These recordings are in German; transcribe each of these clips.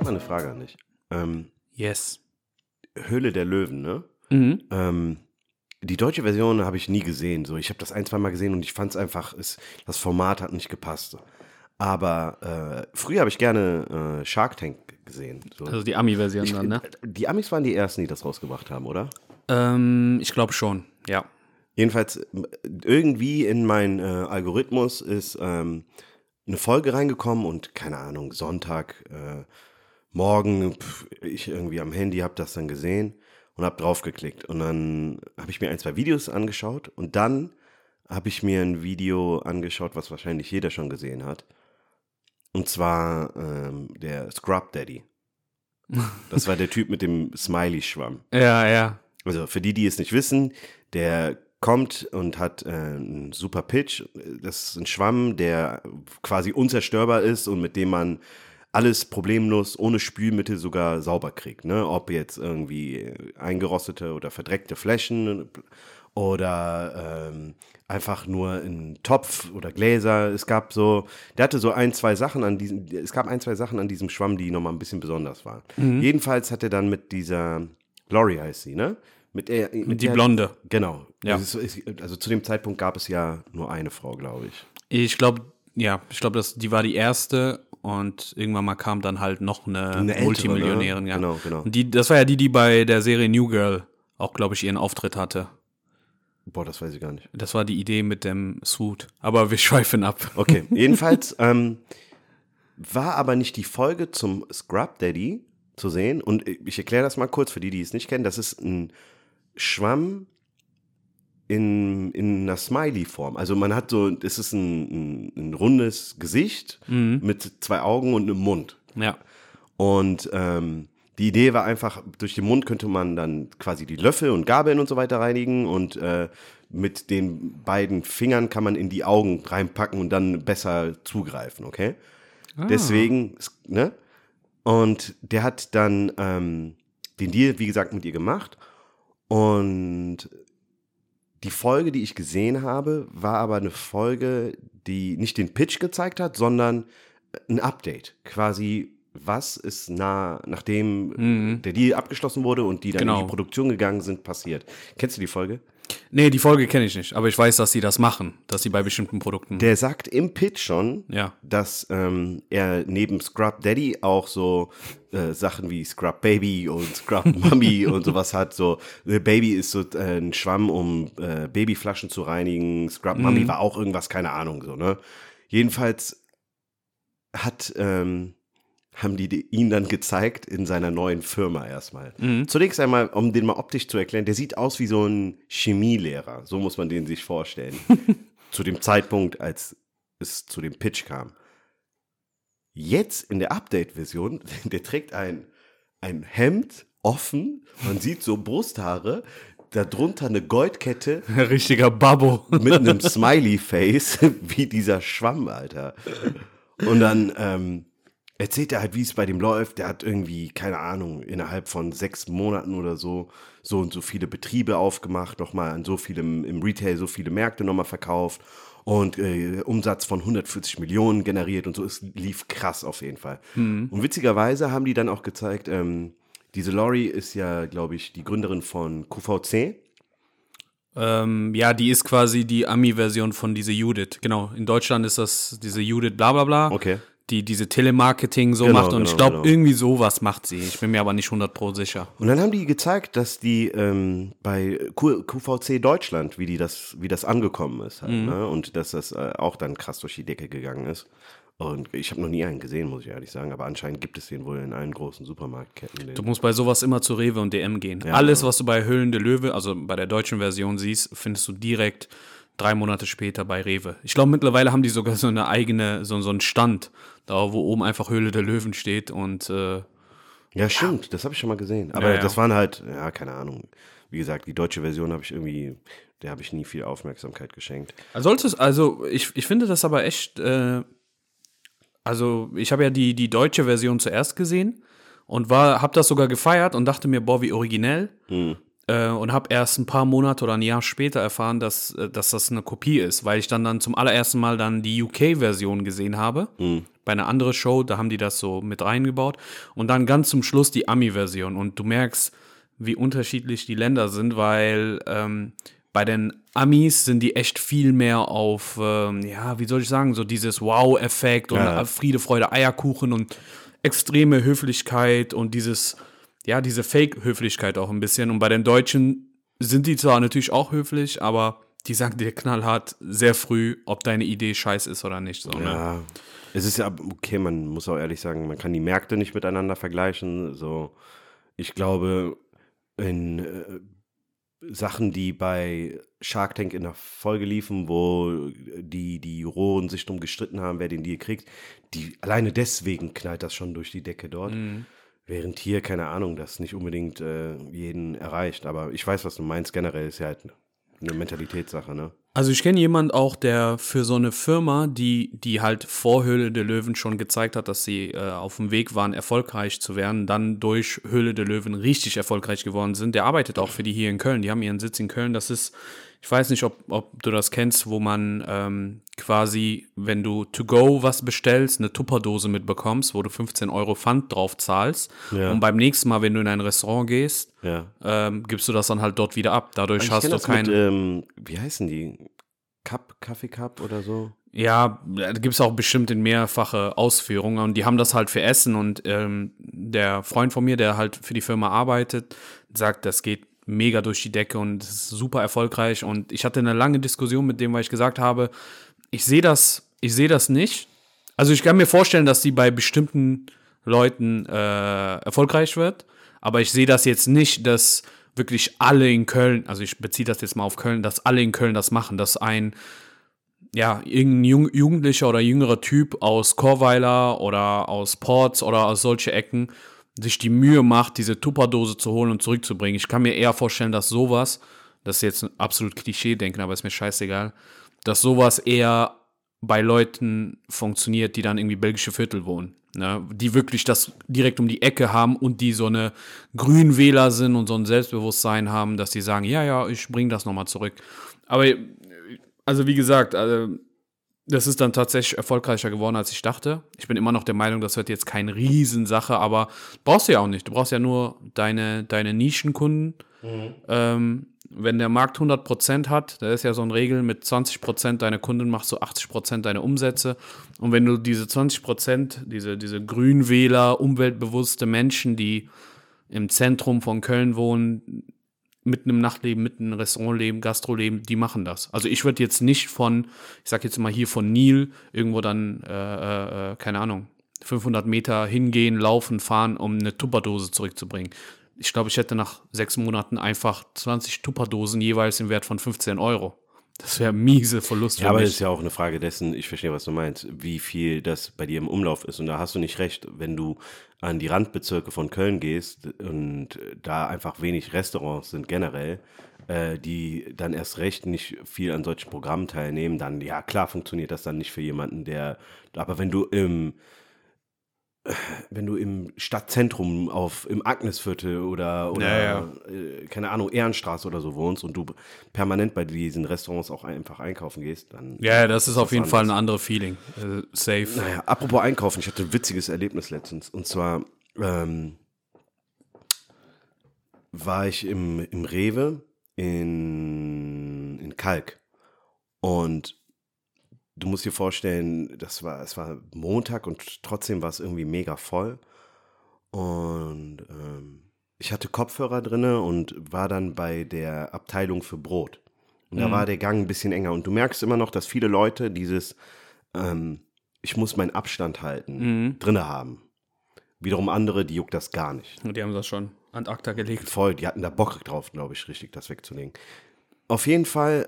habe mal eine Frage an dich. Yes. Höhle der Löwen, ne? Mhm. Die deutsche Version habe ich nie gesehen. So, ich habe das ein, zwei Mal gesehen und ich fand es einfach, das Format hat nicht gepasst. Aber früher habe ich gerne Shark Tank gesehen. So. Also die Ami-Version dann, ne? Die Amis waren die ersten, die das rausgebracht haben, oder? Ich glaube schon, ja. Jedenfalls, irgendwie in meinen Algorithmus ist eine Folge reingekommen und keine Ahnung, Sonntag, morgen, ich irgendwie am Handy habe das dann gesehen und habe draufgeklickt. Und dann habe ich mir ein, zwei Videos angeschaut und dann habe ich mir ein Video angeschaut, was wahrscheinlich jeder schon gesehen hat. Und zwar der Scrub Daddy. Das war der Typ mit dem Smiley-Schwamm. Ja, ja. Also für die es nicht wissen, der kommt und hat einen super Pitch. Das ist ein Schwamm, der quasi unzerstörbar ist und mit dem man alles problemlos, ohne Spülmittel sogar sauber kriegt. Ne? Ob jetzt irgendwie eingerostete oder verdreckte Flächen oder einfach nur ein Topf oder Gläser. Der hatte so ein, zwei Sachen an diesem Schwamm, die nochmal ein bisschen besonders waren. Jedenfalls hat er dann mit dieser, Lori heißt sie, ne? Die Blonde. Genau. Ja. Also zu dem Zeitpunkt gab es ja nur eine Frau, glaube ich. Ich glaube, die war die erste und irgendwann mal kam dann halt noch eine ältere, Multimillionärin. ne? Ja. Genau. Und das war ja die bei der Serie New Girl auch, glaube ich, ihren Auftritt hatte. Boah, das weiß ich gar nicht. Das war die Idee mit dem Suit. Aber wir schweifen ab. Okay, jedenfalls war aber nicht die Folge zum Scrub Daddy zu sehen. Und ich erkläre das mal kurz für die es nicht kennen. Das ist ein Schwamm in einer Smiley-Form. Also man hat es ist ein rundes Gesicht mit zwei Augen und einem Mund. Ja. Und die Idee war einfach, durch den Mund könnte man dann quasi die Löffel und Gabeln und so weiter reinigen und mit den beiden Fingern kann man in die Augen reinpacken und dann besser zugreifen, okay? Deswegen, ne? Und der hat dann den Deal, wie gesagt, mit ihr gemacht. Und die Folge, die ich gesehen habe, war aber eine Folge, die nicht den Pitch gezeigt hat, sondern ein Update. Quasi, was ist nachdem der Deal abgeschlossen wurde und die dann in die Produktion gegangen sind, passiert. Kennst du die Folge? Nee, die Folge kenne ich nicht, aber ich weiß, dass sie das machen, dass sie bei bestimmten Produkten. Der sagt im Pitch schon, dass er neben Scrub Daddy auch so Sachen wie Scrub Baby und Scrub Mommy und sowas hat. So, Baby ist so ein Schwamm, um Babyflaschen zu reinigen. Scrub Mommy war auch irgendwas, keine Ahnung, so, ne? Jedenfalls haben die ihn dann gezeigt in seiner neuen Firma erstmal. Zunächst einmal, um den mal optisch zu erklären, der sieht aus wie so ein Chemielehrer. So muss man den sich vorstellen. Zu dem Zeitpunkt, als es zu dem Pitch kam. Jetzt in der Update-Version, der trägt ein Hemd offen, man sieht so Brusthaare, darunter eine Goldkette. Richtiger Babbo. Mit einem Smiley-Face, wie dieser Schwamm, Alter. Und dann erzählt er halt, wie es bei dem läuft. Der hat irgendwie, keine Ahnung, innerhalb von 6 Monaten oder so und so viele Betriebe aufgemacht, nochmal an so vielem im Retail, so viele Märkte nochmal verkauft und Umsatz von 140 Millionen generiert und so. Es lief krass auf jeden Fall. Und witzigerweise haben die dann auch gezeigt, diese Lori ist ja, glaube ich, die Gründerin von QVC. Ja, die ist quasi die Ami-Version von diese Judith. Genau, in Deutschland ist das diese Judith bla bla bla. Okay. Die diese Telemarketing so macht und ich glaube, irgendwie sowas macht sie. Ich bin mir aber nicht 100% sicher. Und dann haben die gezeigt, dass die bei QVC Deutschland, wie das angekommen ist halt, ne? Und dass das auch dann krass durch die Decke gegangen ist. Und ich habe noch nie einen gesehen, muss ich ehrlich sagen, aber anscheinend gibt es den wohl in allen großen Supermarktketten. Du musst bei sowas immer zu Rewe und DM gehen. Ja, Alles, was du bei Höhlen der Löwe, also bei der deutschen Version siehst, findest du direkt 3 Monate später bei Rewe. Ich glaube, mittlerweile haben die sogar so eine eigene, so einen Stand, da wo oben einfach Höhle der Löwen steht und ja, stimmt, das habe ich schon mal gesehen. Aber das waren halt, ja, keine Ahnung. Wie gesagt, die deutsche Version der habe ich nie viel Aufmerksamkeit geschenkt. Also ich finde das aber echt, also ich habe ja die deutsche Version zuerst gesehen und habe das sogar gefeiert und dachte mir, boah, wie originell. und habe erst ein paar Monate oder ein Jahr später erfahren, dass das eine Kopie ist, weil ich dann zum allerersten Mal dann die UK-Version gesehen habe. Bei einer anderen Show, da haben die das so mit reingebaut. Und dann ganz zum Schluss die Ami-Version. Und du merkst, wie unterschiedlich die Länder sind, weil bei den Amis sind die echt viel mehr auf, wie soll ich sagen, so dieses Wow-Effekt und Friede, Freude, Eierkuchen und extreme Höflichkeit und diese Fake-Höflichkeit auch ein bisschen. Und bei den Deutschen sind die zwar natürlich auch höflich, aber die sagen dir knallhart sehr früh, ob deine Idee scheiße ist oder nicht. So, Ja, es ist ja okay, man muss auch ehrlich sagen, man kann die Märkte nicht miteinander vergleichen. So, ich glaube, in Sachen, die bei Shark Tank in der Folge liefen, wo die Juroren sich drum gestritten haben, wer den Deal kriegt, alleine deswegen knallt das schon durch die Decke dort. Während hier, keine Ahnung, das nicht unbedingt jeden erreicht. Aber ich weiß, was du meinst. Generell ist ja halt eine Mentalitätssache, ne? Also ich kenne jemanden auch, der für so eine Firma, die halt vor Höhle der Löwen schon gezeigt hat, dass sie auf dem Weg waren, erfolgreich zu werden, dann durch Höhle der Löwen richtig erfolgreich geworden sind. Der arbeitet auch für die hier in Köln. Die haben ihren Sitz in Köln. Das ist, ich weiß nicht, ob du das kennst, wo man quasi, wenn du to go was bestellst, eine Tupperdose mitbekommst, wo du 15 Euro Pfand drauf zahlst. Ja. Und beim nächsten Mal, wenn du in ein Restaurant gehst, gibst du das dann halt dort wieder ab. Dadurch hast du keine. Wie heißen die? Kaffee Cup oder so? Ja, da gibt es auch bestimmt in mehrfache Ausführungen und die haben das halt für Essen und der Freund von mir, der halt für die Firma arbeitet, sagt, das geht mega durch die Decke und es ist super erfolgreich und ich hatte eine lange Diskussion mit dem, weil ich gesagt habe, ich sehe das nicht. Also ich kann mir vorstellen, dass die bei bestimmten Leuten erfolgreich wird, aber ich sehe das jetzt nicht, dass wirklich alle in Köln, also ich beziehe das jetzt mal auf Köln, dass alle in Köln das machen, dass irgendein Jugendlicher oder jüngerer Typ aus Chorweiler oder aus Ports oder aus solche Ecken sich die Mühe macht, diese Tupperdose zu holen und zurückzubringen. Ich kann mir eher vorstellen, dass sowas, das ist jetzt ein absolut Klischee-Denken, aber ist mir scheißegal, dass sowas eher bei Leuten funktioniert, die dann irgendwie belgische Viertel wohnen. Ne, die wirklich das direkt um die Ecke haben und die so eine Grünwähler sind und so ein Selbstbewusstsein haben, dass die sagen, ja, ich bringe das nochmal zurück. Aber, also wie gesagt, das ist dann tatsächlich erfolgreicher geworden, als ich dachte. Ich bin immer noch der Meinung, das wird jetzt keine Riesensache, aber brauchst du ja auch nicht. Du brauchst ja nur deine Nischenkunden. Wenn der Markt 100% hat, da ist ja so eine Regel, mit 20% deiner Kunden machst du 80% deiner Umsätze. Und wenn du diese 20%, diese Grünwähler, umweltbewusste Menschen, die im Zentrum von Köln wohnen, mitten im Nachtleben, mitten im Restaurantleben, Gastroleben, die machen das. Also ich würde jetzt nicht ich sag jetzt mal hier von Nil, irgendwo dann, keine Ahnung, 500 Meter hingehen, laufen, fahren, um eine Tupperdose zurückzubringen. Ich glaube, ich hätte nach 6 Monaten einfach 20 Tupperdosen jeweils im Wert von 15 Euro. Das wäre miese Verlust für mich. Ja, aber es ist ja auch eine Frage dessen, ich verstehe, was du meinst, wie viel das bei dir im Umlauf ist. Und da hast du nicht recht, wenn du an die Randbezirke von Köln gehst und da einfach wenig Restaurants sind generell, die dann erst recht nicht viel an solchen Programmen teilnehmen, dann, ja klar, funktioniert das dann nicht für jemanden, aber wenn du im Stadtzentrum im Agnesviertel oder keine Ahnung, Ehrenstraße oder so wohnst und du permanent bei diesen Restaurants auch einfach einkaufen gehst, dann... Ja, das ist auf jeden Fall ein anderes Feeling. Safe. Naja, apropos Einkaufen, ich hatte ein witziges Erlebnis letztens. Und zwar war ich im Rewe in Kalk. Und du musst dir vorstellen, es war Montag und trotzdem war es irgendwie mega voll. Und ich hatte Kopfhörer drinne und war dann bei der Abteilung für Brot. Und da war der Gang ein bisschen enger. Und du merkst immer noch, dass viele Leute dieses ich muss meinen Abstand halten drinne haben. Wiederum andere, die juckt das gar nicht. Die haben das schon an acta gelegt. Voll, die hatten da Bock drauf, glaube ich, richtig, das wegzulegen. Auf jeden Fall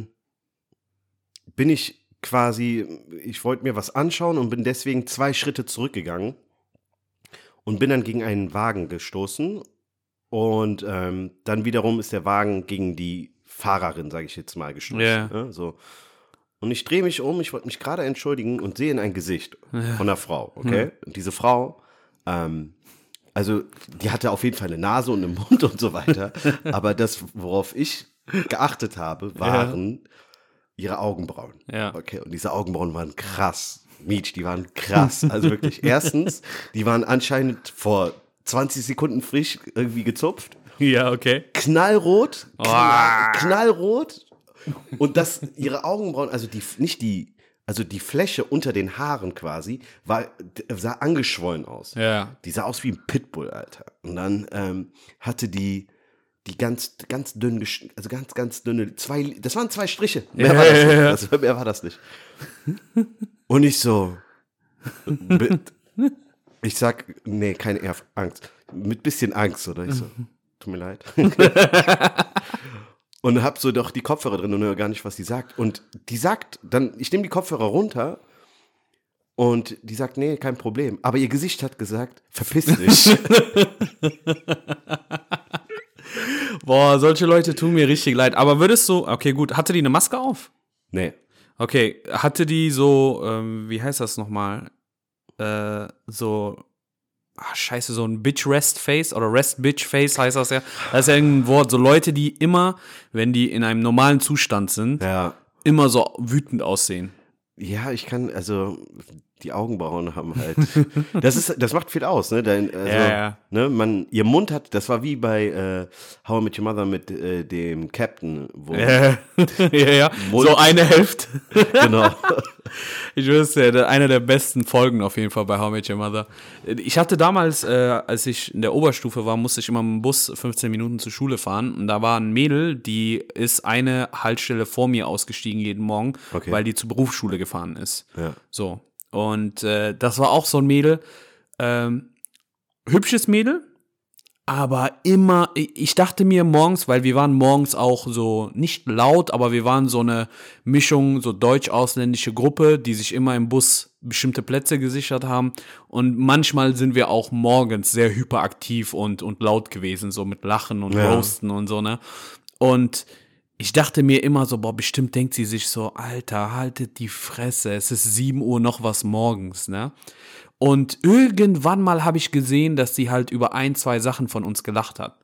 bin ich ich wollte mir was anschauen und bin deswegen 2 Schritte zurückgegangen und bin dann gegen einen Wagen gestoßen und dann wiederum ist der Wagen gegen die Fahrerin, sage ich jetzt mal, gestoßen. Yeah. Ne, so. Und ich drehe mich um, ich wollte mich gerade entschuldigen und sehe in ein Gesicht von einer Frau, okay? Und diese Frau Also, die hatte auf jeden Fall eine Nase und einen Mund und so weiter. Aber das, worauf ich geachtet habe, waren ihre Augenbrauen. Ja. Okay, und diese Augenbrauen waren krass. Mietsch, die waren krass. Also wirklich, erstens, die waren anscheinend vor 20 Sekunden frisch irgendwie gezupft. Ja, okay. Knallrot. Knallrot. Und ihre Augenbrauen, also die Fläche unter den Haaren quasi, sah angeschwollen aus. Ja. Die sah aus wie ein Pitbull, Alter. Und dann hatte die ganz dünn, also ganz dünne, das waren 2 Striche. Mehr war das nicht. Also, mehr war das nicht. Und ich so, ich sag, nee, keine Angst. Mit bisschen Angst, oder? Ich so, tut mir leid. Und hab so doch die Kopfhörer drin und höre gar nicht, was die sagt. Und die sagt dann, ich nehme die Kopfhörer runter und die sagt, nee, kein Problem. Aber ihr Gesicht hat gesagt, verpiss dich. Boah, solche Leute tun mir richtig leid. Aber würdest du, okay, gut, hatte die eine Maske auf? Nee. Okay, hatte die so, wie heißt das nochmal? So ein Bitch-Rest-Face oder Rest-Bitch-Face heißt das ja. Das ist ja irgendein Wort. So Leute, die immer, wenn die in einem normalen Zustand sind, immer so wütend aussehen. Ja, also die Augenbrauen haben halt, das macht viel aus, ne? Ne, ihr Mund hat, das war wie bei How I Met Your Mother mit dem Captain, wo ja. Mund, so eine Hälfte. Genau. Ich wüsste, einer der besten Folgen auf jeden Fall bei How I Met Your Mother. Ich hatte damals, als ich in der Oberstufe war, musste ich immer mit dem Bus 15 Minuten zur Schule fahren. Und da war ein Mädel, die ist eine Haltestelle vor mir ausgestiegen jeden Morgen, weil die zur Berufsschule gefahren ist. Ja. So. Und das war auch so ein Mädel, hübsches Mädel, aber immer, ich dachte mir morgens, weil wir waren morgens auch so, nicht laut, aber wir waren so eine Mischung, so deutsch-ausländische Gruppe, die sich immer im Bus bestimmte Plätze gesichert haben. Und manchmal sind wir auch morgens sehr hyperaktiv und laut gewesen, so mit Lachen und Roasten und so, ne? Und ich dachte mir immer so, boah, bestimmt denkt sie sich so, Alter, haltet die Fresse, es ist 7 Uhr noch was morgens, ne? Und irgendwann mal habe ich gesehen, dass sie halt über 1, 2 Sachen von uns gelacht hat.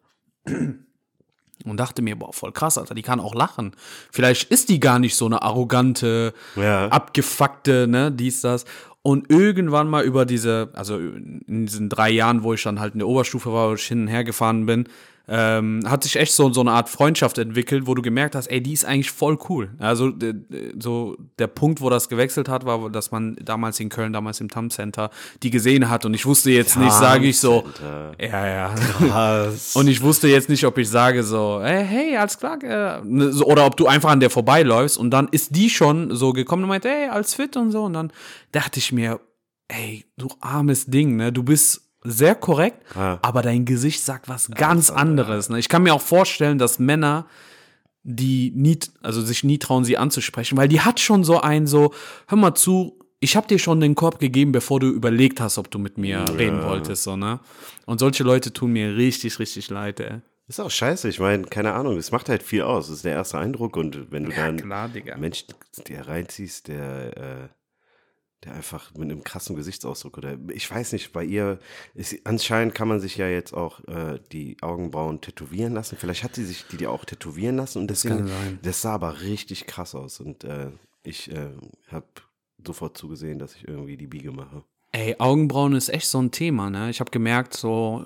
Und dachte mir, boah, voll krass, Alter, die kann auch lachen. Vielleicht ist die gar nicht so eine arrogante, abgefuckte, ne, dies, das. Und irgendwann mal über also in diesen 3 Jahren, wo ich dann halt in der Oberstufe war, wo ich hin und her gefahren bin, hat sich echt so eine Art Freundschaft entwickelt, wo du gemerkt hast, ey, die ist eigentlich voll cool. Also so der Punkt, wo das gewechselt hat, war, dass man damals in Köln, damals im TAM Center, die gesehen hat und ich wusste jetzt nicht, sage ich so, ja. Krass. Und ich wusste jetzt nicht, ob ich sage so, hey, alles klar, oder ob du einfach an der vorbeiläufst und dann ist die schon so gekommen und meinte, hey, alles fit und so und dann dachte ich mir, ey, du armes Ding, ne, du bist sehr korrekt, aber dein Gesicht sagt was ganz anderes. Ne? Ich kann mir auch vorstellen, dass Männer, die sich nie trauen, sie anzusprechen, weil die hat schon so hör mal zu, ich habe dir schon den Korb gegeben, bevor du überlegt hast, ob du mit mir reden wolltest. So, ne? Und solche Leute tun mir richtig, richtig leid, ey. Ist auch scheiße, ich meine, keine Ahnung, es macht halt viel aus, das ist der erste Eindruck und wenn du dann einen Menschen dir reinziehst, der einfach mit einem krassen Gesichtsausdruck oder ich weiß nicht, bei ihr anscheinend kann man sich ja jetzt auch die Augenbrauen tätowieren lassen. Vielleicht hat sie sich die auch tätowieren lassen und deswegen, das sah aber richtig krass aus und ich habe sofort zugesehen, dass ich irgendwie die Biege mache. Ey, Augenbrauen ist echt so ein Thema, ne? Ich habe gemerkt, so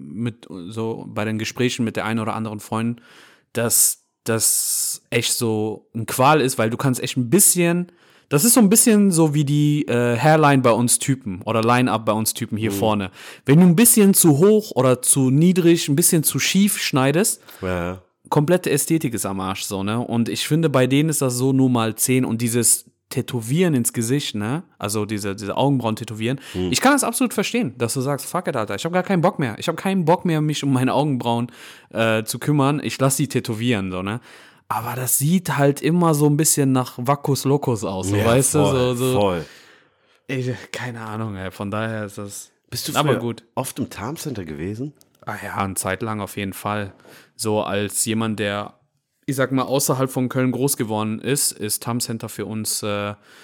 bei den Gesprächen mit der einen oder anderen Freundin, dass das echt so ein Qual ist, weil du kannst echt ein bisschen. Das ist so ein bisschen so wie die Hairline bei uns Typen oder Line-Up bei uns Typen hier vorne. Wenn du ein bisschen zu hoch oder zu niedrig, ein bisschen zu schief schneidest, komplette Ästhetik ist am Arsch so, ne? Und ich finde, bei denen ist das so nur mal 10 und dieses Tätowieren ins Gesicht, ne? Also diese Augenbrauen tätowieren. Ich kann das absolut verstehen, dass du sagst, fuck it, Alter, ich habe gar keinen Bock mehr. Ich habe keinen Bock mehr, mich um meine Augenbrauen zu kümmern. Ich lass die tätowieren, so, ne? Aber das sieht halt immer so ein bisschen nach Vacus Locus aus, so, weißt du? Voll. Ey, keine Ahnung, ey, von daher ist das. Bist du aber gut oft im TAM Center gewesen? Ah ja, eine Zeit lang auf jeden Fall. So als jemand, der, ich sag mal, außerhalb von Köln groß geworden ist TAM Center für uns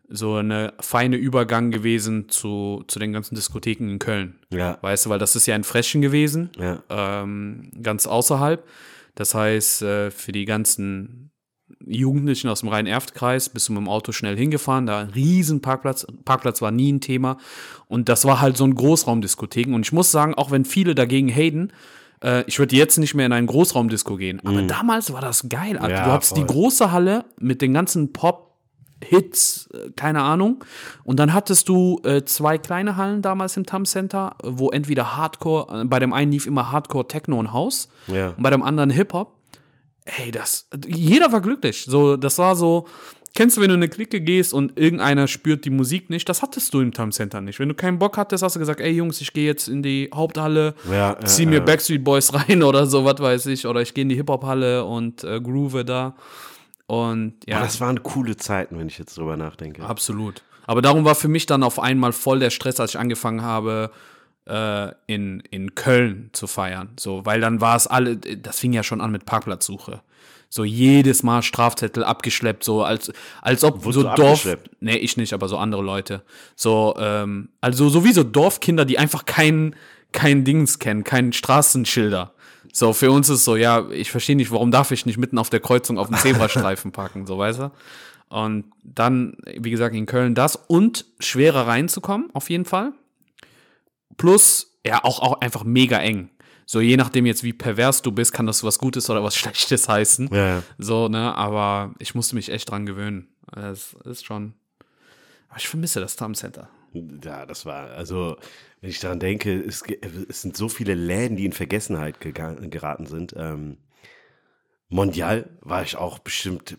so eine feine Übergang gewesen zu den ganzen Diskotheken in Köln. Ja. Weißt du, weil das ist ja in Frechen gewesen, Ja. ganz außerhalb. Das heißt, für die ganzen Jugendlichen aus dem Rhein-Erft-Kreis bist du mit dem Auto schnell hingefahren, da ein riesen Parkplatz. Parkplatz war nie ein Thema. Und das war halt so ein Großraumdiskotheken. Und ich muss sagen, auch wenn viele dagegen haten, ich würde jetzt nicht mehr in einen Großraumdisco gehen. Aber damals war das geil, Alter. Ja, Du hattest voll. die große Halle mit den ganzen Pop-Hits, keine Ahnung. Und dann hattest du 2 kleine Hallen damals im TAM Center, wo entweder Hardcore, bei dem einen lief immer Hardcore, Techno und House. Ja. Und bei dem anderen Hip-Hop. Ey, jeder war glücklich. So, das war so, kennst du, wenn du in eine Clique gehst und irgendeiner spürt die Musik nicht, das hattest du im TAM Center nicht. Wenn du keinen Bock hattest, hast du gesagt, ey Jungs, ich gehe jetzt in die Haupthalle, zieh mir Backstreet Boys rein oder so, was weiß ich, oder ich gehe in die Hip-Hop-Halle und groove da. Und ja. Aber das waren coole Zeiten, wenn ich jetzt drüber nachdenke. Absolut. Aber darum war für mich dann auf einmal voll der Stress, als ich angefangen habe, in Köln zu feiern. So, weil dann war es das fing ja schon an mit Parkplatzsuche. So jedes Mal Strafzettel abgeschleppt, so als ob Wurdest so du Dorf. abgeschleppt? Nee, ich nicht, aber so andere Leute. So, also so wie so Dorfkinder, die einfach kein Dings kennen, kein Straßenschilder. So, für uns ist so, ja, ich verstehe nicht, warum darf ich nicht mitten auf der Kreuzung auf dem Zebrastreifen parken, so, weißt du? Und dann, wie gesagt, in Köln das und schwerer reinzukommen, auf jeden Fall. Plus, ja, auch einfach mega eng. So, je nachdem jetzt, wie pervers du bist, kann das was Gutes oder was Schlechtes heißen. Ja. So, ne, aber ich musste mich echt dran gewöhnen. Das ist schon, aber ich vermisse das TAM Center. Ja, das war, also, wenn ich daran denke, es sind so viele Läden, die in Vergessenheit geraten sind. Mondial war ich auch bestimmt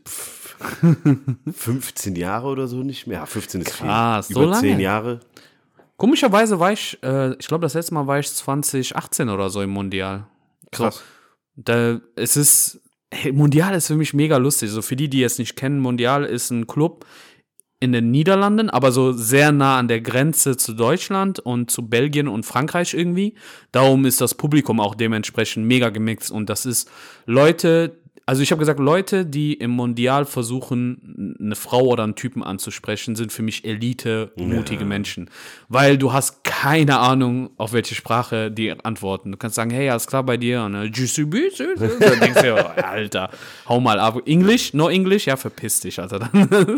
15 Jahre oder so nicht mehr. Ja, 15 ist Krass, viel. so Über 10 lange? Jahre. Komischerweise war ich glaube, das letzte Mal war ich 2018 oder so im Mondial. Krass. So, Mondial ist für mich mega lustig. So für die es nicht kennen, Mondial ist ein Club in den Niederlanden, aber so sehr nah an der Grenze zu Deutschland und zu Belgien und Frankreich irgendwie. Darum ist das Publikum auch dementsprechend mega gemixt und das ist ich habe gesagt, Leute, die im Mondial versuchen, eine Frau oder einen Typen anzusprechen, sind für mich Elite, mutige Menschen. Weil du hast keine Ahnung, auf welche Sprache die antworten. Du kannst sagen, hey, alles klar bei dir? Und dann denkst du dir, oh, Alter, hau mal ab. Englisch? No English? Ja, verpiss dich, Alter.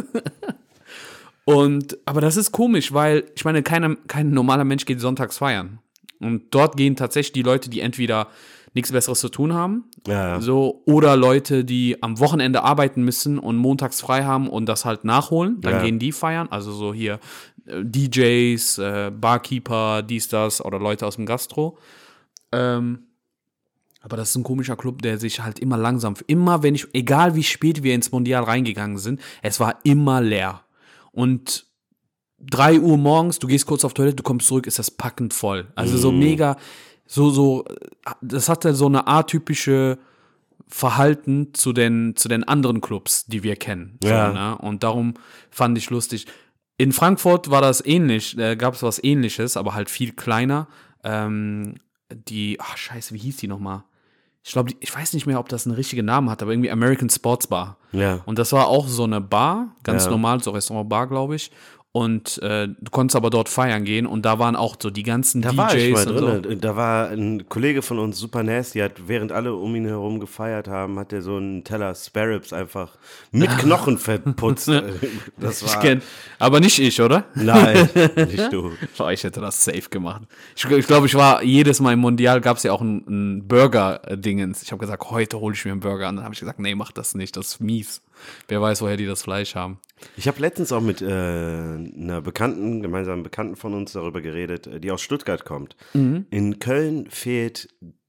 Aber das ist komisch, weil, ich meine, kein normaler Mensch geht sonntags feiern. Und dort gehen tatsächlich die Leute, die entweder nichts Besseres zu tun haben, so, oder Leute, die am Wochenende arbeiten müssen und montags frei haben und das halt nachholen, dann gehen die feiern, also so hier DJs, Barkeeper, dies, das, oder Leute aus dem Gastro. Aber das ist ein komischer Club, der sich halt immer langsam, egal wie spät wir ins Mondial reingegangen sind, es war immer leer. Und 3 Uhr morgens, du gehst kurz auf Toilette, du kommst zurück, ist das packend voll. Also so mega, das hatte so eine atypische Verhalten zu den anderen Clubs, die wir kennen. Ja. So, ne? Und darum fand ich lustig. In Frankfurt war das ähnlich, da gab es was Ähnliches, aber halt viel kleiner. Scheiße, wie hieß die nochmal? Ich glaube, ich weiß nicht mehr, ob das einen richtigen Namen hat, aber irgendwie American Sports Bar. Ja. Und das war auch so eine Bar, ganz normal, so Restaurant-Bar, glaube ich. Und du konntest aber dort feiern gehen und da waren auch so die ganzen DJs War ich mal und drin. so. Da war ein Kollege von uns, Super Nasty, hat, während alle um ihn herum gefeiert haben, hat er so einen Teller Spare Ribs einfach mit Knochen verputzt. Das war, Aber nicht ich, oder? nein, nicht du. Boah, ich hätte das safe gemacht. Ich glaube, ich war jedes Mal im Mondial, gab es ja auch ein Burger-Dingens. Ich habe gesagt, heute hole ich mir einen Burger. Und dann habe ich gesagt, nee, mach das nicht, das ist mies. Wer weiß, woher die das Fleisch haben. Ich habe letztens auch mit einer gemeinsamen Bekannten von uns darüber geredet, die aus Stuttgart kommt. In Köln fehlt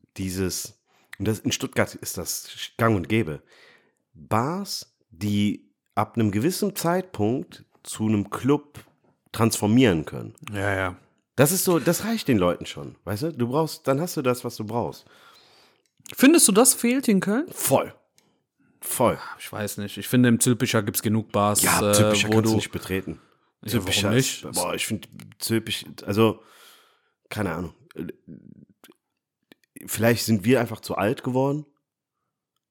in Stuttgart ist das gang und gäbe, Bars, die ab einem gewissen Zeitpunkt zu einem Club transformieren können. Ja, ja. Das ist so, das reicht den Leuten schon, weißt du? Dann hast du das, was du brauchst. Findest du, das fehlt in Köln? Voll. Ich weiß nicht. Ich finde, im Zülpicher gibt es genug Bars, Ja, Zülpicher wo kannst du du nicht betreten. Ja, Zülpicher warum nicht? Boah, ich finde Zülpich, also, keine Ahnung. Vielleicht sind wir einfach zu alt geworden,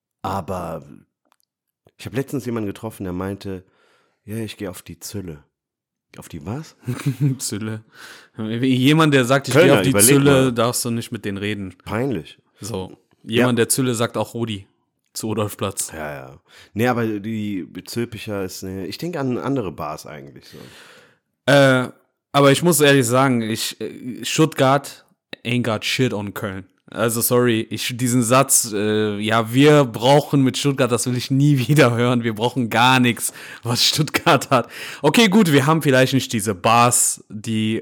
aber ich habe letztens jemanden getroffen, der meinte, ja, ich gehe auf die Zülle. Auf die was? Zülle. Jemand, der sagt, ich gehe Kölner, auf die überleg Zülle, mal. darfst du nicht mit denen reden. Peinlich. So. Jemand, der Zülle sagt auch Rudi zu Rudolfplatz. Ja. Nee, aber die Zülpicher ist ich denke an andere Bars eigentlich so. Aber ich muss ehrlich sagen, Stuttgart ain't got shit on Köln. Also sorry, diesen Satz, wir brauchen mit Stuttgart, das will ich nie wieder hören. Wir brauchen gar nichts, was Stuttgart hat. Okay, gut, wir haben vielleicht nicht diese Bars, die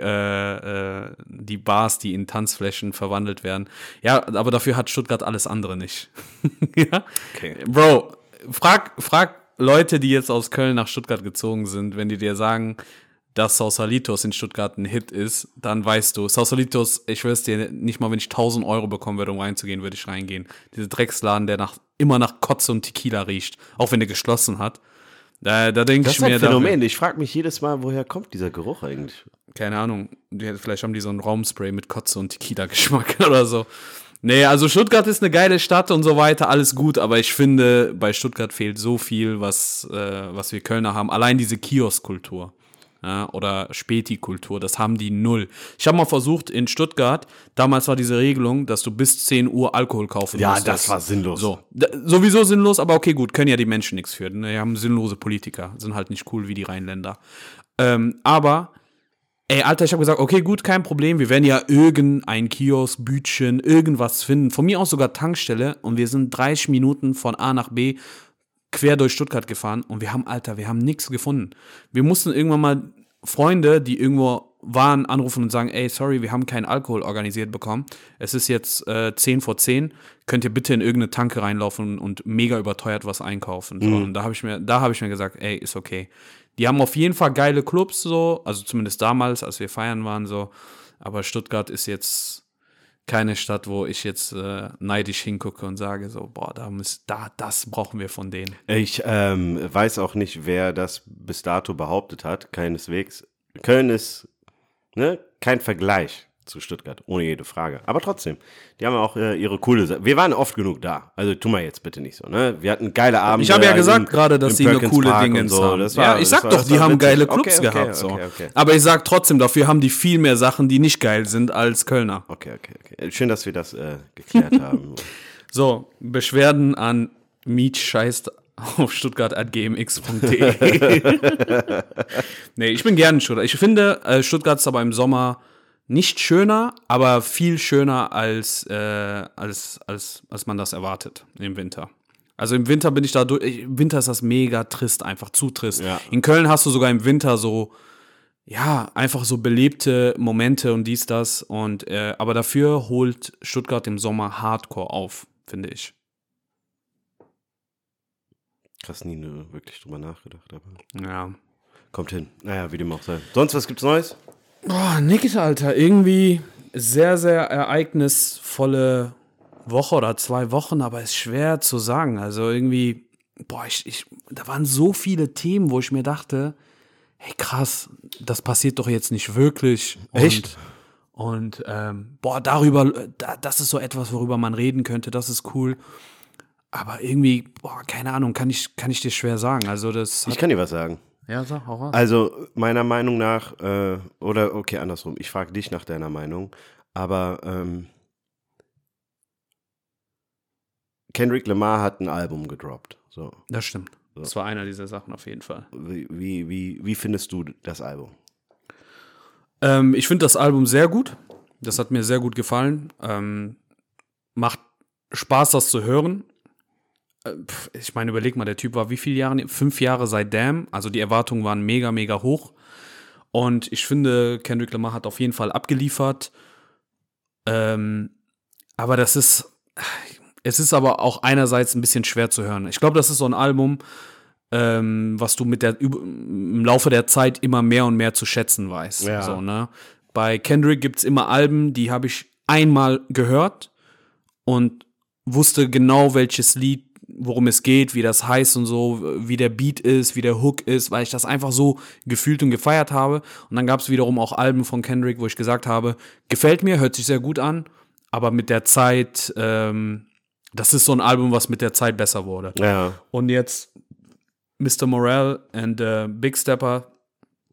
in Tanzflächen verwandelt werden. Ja, aber dafür hat Stuttgart alles andere nicht. Ja? Okay. Bro, frag Leute, die jetzt aus Köln nach Stuttgart gezogen sind, wenn die dir sagen, dass Sausalitos in Stuttgart ein Hit ist, dann weißt du, Sausalitos, ich schwör's dir, nicht mal wenn ich 1.000 Euro bekommen würde, um reinzugehen, würde ich reingehen. Dieser Drecksladen, der immer nach Kotze und Tequila riecht, auch wenn der geschlossen hat. Da denke ich mir... Das ist ein Phänomen. Ich frage mich jedes Mal, woher kommt dieser Geruch eigentlich? Keine Ahnung, vielleicht haben die so einen Raumspray mit Kotze und Tequila-Geschmack oder so. Nee, also Stuttgart ist eine geile Stadt und so weiter, alles gut, aber ich finde, bei Stuttgart fehlt so viel, was wir Kölner haben. Allein diese Kioskkultur. Ja, oder Späti-Kultur, das haben die null. Ich habe mal versucht in Stuttgart, damals war diese Regelung, dass du bis 10 Uhr Alkohol kaufen musstest. Ja, das war sinnlos. So, sowieso sinnlos, aber okay, gut, können ja die Menschen nichts für. Ne? Die haben sinnlose Politiker, sind halt nicht cool wie die Rheinländer. Aber, ey, Alter, ich habe gesagt, okay, gut, kein Problem, wir werden ja irgendein Kiosk, Bütchen, irgendwas finden. Von mir aus sogar Tankstelle und wir sind 30 Minuten von A nach B quer durch Stuttgart gefahren und wir haben nichts gefunden. Wir mussten irgendwann mal Freunde, die irgendwo waren, anrufen und sagen, ey, sorry, wir haben keinen Alkohol organisiert bekommen. Es ist jetzt 10 vor 10. Könnt ihr bitte in irgendeine Tanke reinlaufen und mega überteuert was einkaufen? So, und da habe ich mir gesagt, ey, ist okay. Die haben auf jeden Fall geile Clubs, so, also zumindest damals, als wir feiern waren, so. Aber Stuttgart ist jetzt keine Stadt, wo ich jetzt neidisch hingucke und sage so, boah, das brauchen wir von denen. Ich weiß auch nicht, wer das bis dato behauptet hat, keineswegs. Köln ist kein Vergleich zu Stuttgart, ohne jede Frage. Aber trotzdem, die haben auch ihre coole Sache. Wir waren oft genug da, also tu mal jetzt bitte nicht so, ne? Wir hatten geile Abende. Ich habe ja gesagt gerade, dass sie eine coole Dinge so. haben. Ich sag doch, die haben geile Clubs gehabt. So. Okay. Aber ich sag trotzdem, dafür haben die viel mehr Sachen, die nicht geil sind als Kölner. Okay. Schön, dass wir das geklärt haben. So, Beschwerden an mietscheißt auf stuttgart@gmx.de. Nee, ich bin gerne in Stuttgart. Ich finde, Stuttgart ist aber im Sommer nicht schöner, aber viel schöner als man das erwartet im Winter. Also im Winter bin ich da im Winter ist das mega trist, einfach zu trist. Ja. In Köln hast du sogar im Winter so, ja, einfach so belebte Momente und dies, das. Und aber dafür holt Stuttgart im Sommer Hardcore auf, finde ich. Krass, nie wirklich drüber nachgedacht, aber Ja. kommt hin. Naja, wie dem auch sei. Sonst, was gibt's Neues? Boah, nix, Alter. Irgendwie sehr, sehr ereignisvolle Woche oder 2 Wochen, aber ist schwer zu sagen. Also irgendwie, boah, da waren so viele Themen, wo ich mir dachte, hey krass, das passiert doch jetzt nicht wirklich. Echt? Und das ist so etwas, worüber man reden könnte, das ist cool. Aber irgendwie, boah, keine Ahnung, kann ich dir schwer sagen. Also Ich kann dir was sagen. Ja, sag, hau raus. Also meiner Meinung nach, oder okay, andersrum, ich frage dich nach deiner Meinung, aber Kendrick Lamar hat ein Album gedroppt. So. Das stimmt. So. Das war einer dieser Sachen auf jeden Fall. Wie findest du das Album? Ich finde das Album sehr gut. Das hat mir sehr gut gefallen. Macht Spaß, das zu hören. Ich meine, überleg mal, der Typ war wie viele Jahre? 5 Jahre seit Damn. Also die Erwartungen waren mega, mega hoch. Und ich finde, Kendrick Lamar hat auf jeden Fall abgeliefert. Aber es ist aber auch einerseits ein bisschen schwer zu hören. Ich glaube, das ist so ein Album, was du im Laufe der Zeit immer mehr und mehr zu schätzen weißt. Ja. So, ne? Bei Kendrick gibt es immer Alben, die habe ich einmal gehört und wusste genau, welches Lied, worum es geht, wie das heißt und so, wie der Beat ist, wie der Hook ist, weil ich das einfach so gefühlt und gefeiert habe. Und dann gab es wiederum auch Alben von Kendrick, wo ich gesagt habe, gefällt mir, hört sich sehr gut an, aber mit der Zeit, das ist so ein Album, was mit der Zeit besser wurde. Ja. Und jetzt Mr. Morale and Big Stepper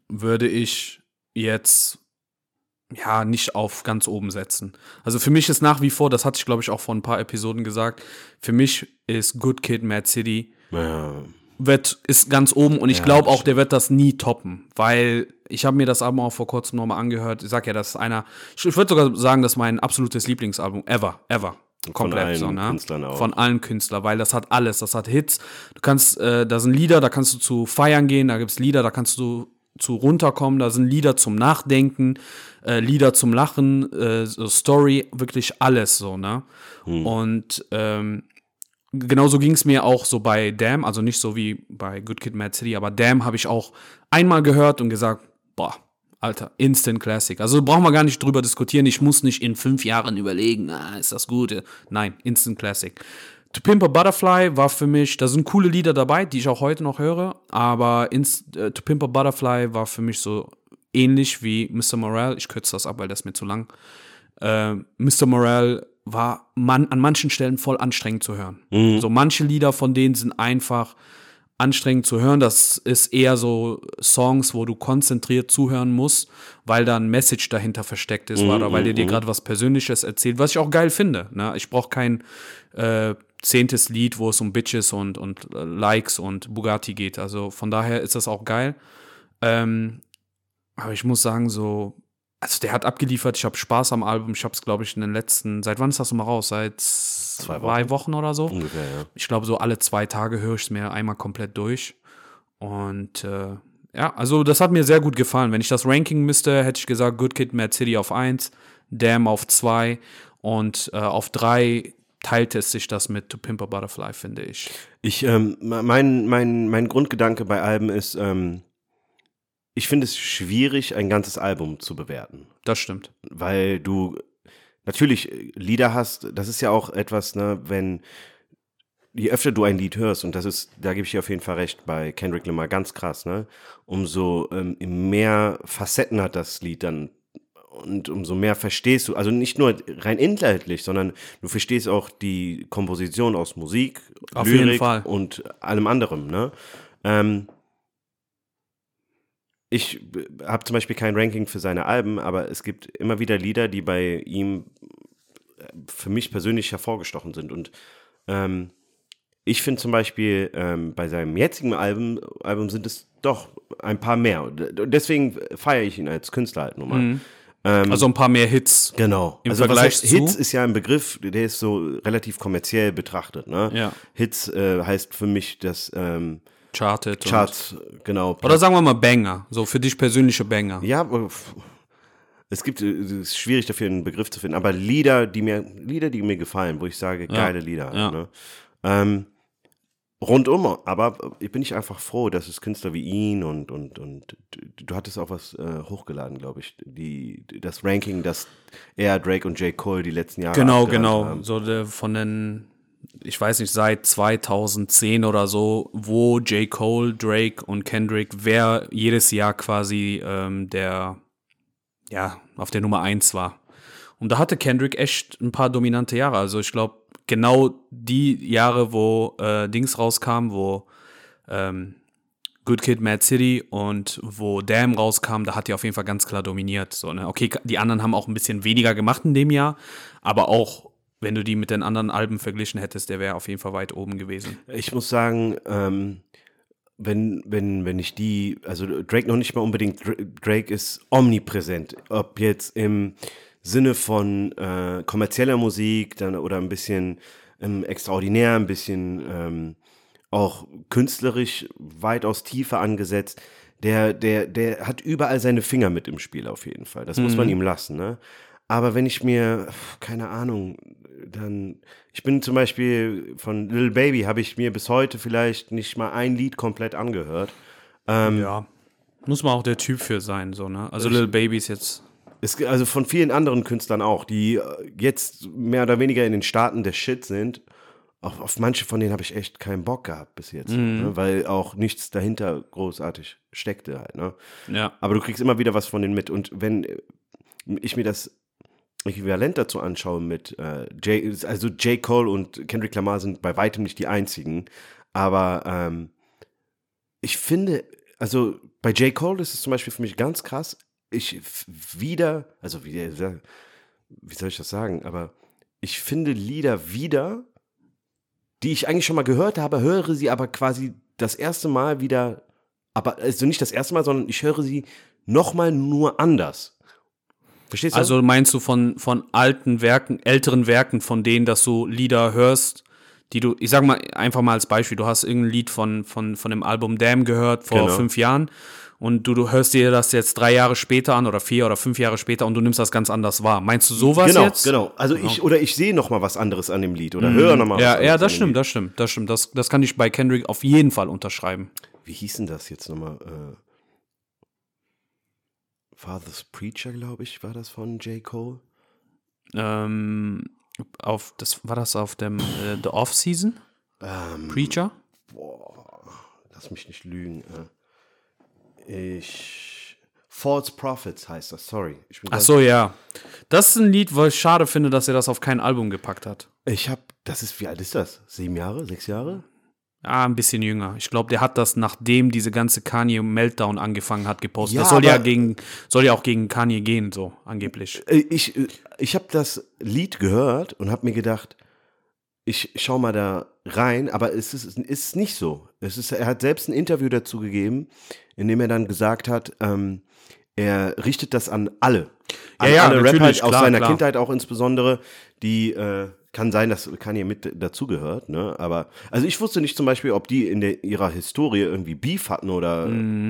würde ich jetzt nicht auf ganz oben setzen. Also für mich ist nach wie vor, das hatte ich glaube ich auch vor ein paar Episoden gesagt, für mich ist Good Kid, Mad City ist ganz oben und ich glaube auch, der wird das nie toppen, weil ich habe mir das Album auch vor kurzem nochmal angehört. Ich sag ja, das ist ich würde sogar sagen, das ist mein absolutes Lieblingsalbum ever. Komplett von allen Künstlern auch. Von allen Künstlern, weil das hat alles, das hat Hits. Du kannst, da sind Lieder, da kannst du zu feiern gehen, da gibt's Lieder, da kannst du zu runterkommen, da sind Lieder zum Nachdenken, Lieder zum Lachen, so Story, wirklich alles so, ne? Und genauso ging es mir auch so bei Damn, also nicht so wie bei Good Kid, Mad City, aber Damn habe ich auch einmal gehört und gesagt, boah, Alter, Instant Classic. Also brauchen wir gar nicht drüber diskutieren, ich muss nicht in 5 Jahren überlegen, ist das gut? Nein, Instant Classic. To Pimp a Butterfly war für mich, da sind coole Lieder dabei, die ich auch heute noch höre, aber To Pimp a Butterfly war für mich so ähnlich wie Mr. Morale, ich kürze das ab, weil das ist mir zu lang. Mr. Morale war an manchen Stellen voll anstrengend zu hören. So manche Lieder von denen sind einfach anstrengend zu hören. Das ist eher so Songs, wo du konzentriert zuhören musst, weil da ein Message dahinter versteckt ist oder weil der dir gerade was Persönliches erzählt, was ich auch geil finde. Ne? Ich brauche kein 10. Lied, wo es um Bitches und Likes und Bugatti geht. Also von daher ist das auch geil. Aber ich muss sagen, so, also der hat abgeliefert, ich habe Spaß am Album, ich habe es, glaube ich, in den letzten, seit wann ist das mal raus? Seit 2 Wochen oder so? Ungefähr, ja. Ich glaube, so alle 2 Tage höre ich es mir einmal komplett durch. Und also das hat mir sehr gut gefallen. Wenn ich das Ranking müsste, hätte ich gesagt, Good Kid, Mad City auf 1, Damn auf 2 und auf 3 teilt es sich das mit To Pimp a Butterfly, finde ich. Mein Grundgedanke bei Alben ist, ich finde es schwierig, ein ganzes Album zu bewerten. Das stimmt. Weil du natürlich Lieder hast, das ist ja auch etwas, ne, je öfter du ein Lied hörst, und da gebe ich dir auf jeden Fall recht, bei Kendrick Lamar ganz krass, ne, umso mehr Facetten hat das Lied dann und umso mehr verstehst du, also nicht nur rein inhaltlich, sondern du verstehst auch die Komposition aus Musik, auf Lyrik jeden Fall. Und allem anderem, ne. Ich habe zum Beispiel kein Ranking für seine Alben, aber es gibt immer wieder Lieder, die bei ihm für mich persönlich hervorgestochen sind. Und ich finde zum Beispiel, bei seinem jetzigen Album sind es doch ein paar mehr. Deswegen feiere ich ihn als Künstler halt nun mal. Also ein paar mehr Hits. Genau. Im Also Vergleich zu Hits ist ja ein Begriff, der ist so relativ kommerziell betrachtet. Ne? Ja. Hits heißt für mich, dass Charts, genau. Oder sagen wir mal Banger, so für dich persönliche Banger. Ja, aber es ist schwierig dafür einen Begriff zu finden, aber Lieder, die mir gefallen, wo ich sage, geile Lieder. Ja. Ne? Rundum, aber bin ich einfach froh, dass es Künstler wie ihn und du hattest auch was hochgeladen, glaube ich, das Ranking, das er, Drake und J. Cole die letzten Jahre Genau. haben. So von den, ich weiß nicht, seit 2010 oder so, wo J. Cole, Drake und Kendrick, wer jedes Jahr quasi auf der Nummer 1 war. Und da hatte Kendrick echt ein paar dominante Jahre. Also ich glaube, genau die Jahre, wo Dings rauskam, wo Good Kid, Mad City und wo Damn rauskam, da hat die auf jeden Fall ganz klar dominiert. So, ne? Okay, die anderen haben auch ein bisschen weniger gemacht in dem Jahr, aber auch wenn du die mit den anderen Alben verglichen hättest, der wäre auf jeden Fall weit oben gewesen. Ich muss sagen, wenn ich also Drake noch nicht mal unbedingt, Drake ist omnipräsent, ob jetzt im Sinne von kommerzieller Musik dann oder ein bisschen extraordinär, ein bisschen auch künstlerisch weitaus tiefer angesetzt. Der hat überall seine Finger mit im Spiel auf jeden Fall. Das muss man ihm lassen, ne? Aber wenn ich mir, keine Ahnung, ich bin zum Beispiel von Lil Baby, habe ich mir bis heute vielleicht nicht mal ein Lied komplett angehört. Ja, muss man auch der Typ für sein, so, ne? Also Lil Baby ist jetzt... Also von vielen anderen Künstlern auch, die jetzt mehr oder weniger in den Staaten der Shit sind. Auf manche von denen habe ich echt keinen Bock gehabt bis jetzt, ne? Weil auch nichts dahinter großartig steckte halt, ne? Ja. Aber du kriegst immer wieder was von denen mit. Und wenn ich mir das Äquivalent dazu anschaue mit J. Cole und Kendrick Lamar sind bei weitem nicht die einzigen, aber ich finde, also Bei J. Cole ist es zum Beispiel für mich ganz krass. Wie soll ich das sagen? Aber ich finde Lieder wieder, die ich eigentlich schon mal gehört habe, höre sie aber quasi das erste Mal wieder, aber also nicht das erste Mal, sondern ich höre sie nochmal nur anders. Verstehst du? Also meinst du von alten Werken, älteren Werken, von denen, dass du Lieder hörst, die du, ich sag mal einfach mal als Beispiel, du hast irgendein Lied von dem Album Damn gehört vor Genau. 5 Jahren und du hörst dir das jetzt 3 Jahre später an oder 4 oder 5 Jahre später und du nimmst das ganz anders wahr. Meinst du sowas jetzt? Genau. Also ich sehe noch mal was anderes an dem Lied oder höre noch mal was anderes. Ja, das stimmt. Das kann ich bei Kendrick auf jeden Fall unterschreiben. Wie hieß denn das jetzt nochmal? Father's Preacher, glaube ich, war das von J. Cole? War das auf dem The Off-Season? Preacher? Boah, lass mich nicht lügen. False Prophets heißt das, sorry. Ach so, ja. Das ist ein Lied, wo ich schade finde, dass er das auf kein Album gepackt hat. Wie alt ist das? 7 Jahre, 6 Jahre? Ah, ein bisschen jünger. Ich glaube, der hat das, nachdem diese ganze Kanye-Meltdown angefangen hat, gepostet. Ja, das soll ja auch gegen Kanye gehen, so angeblich. Ich habe das Lied gehört und habe mir gedacht, ich schau mal da rein, aber es ist nicht so. Er hat selbst ein Interview dazu gegeben, in dem er dann gesagt hat, er richtet das an alle. An alle Rapper aus seiner Kindheit auch insbesondere, die kann sein, dass Kanye mit dazugehört, ne? Aber also ich wusste nicht zum Beispiel, ob die in ihrer Historie irgendwie Beef hatten oder.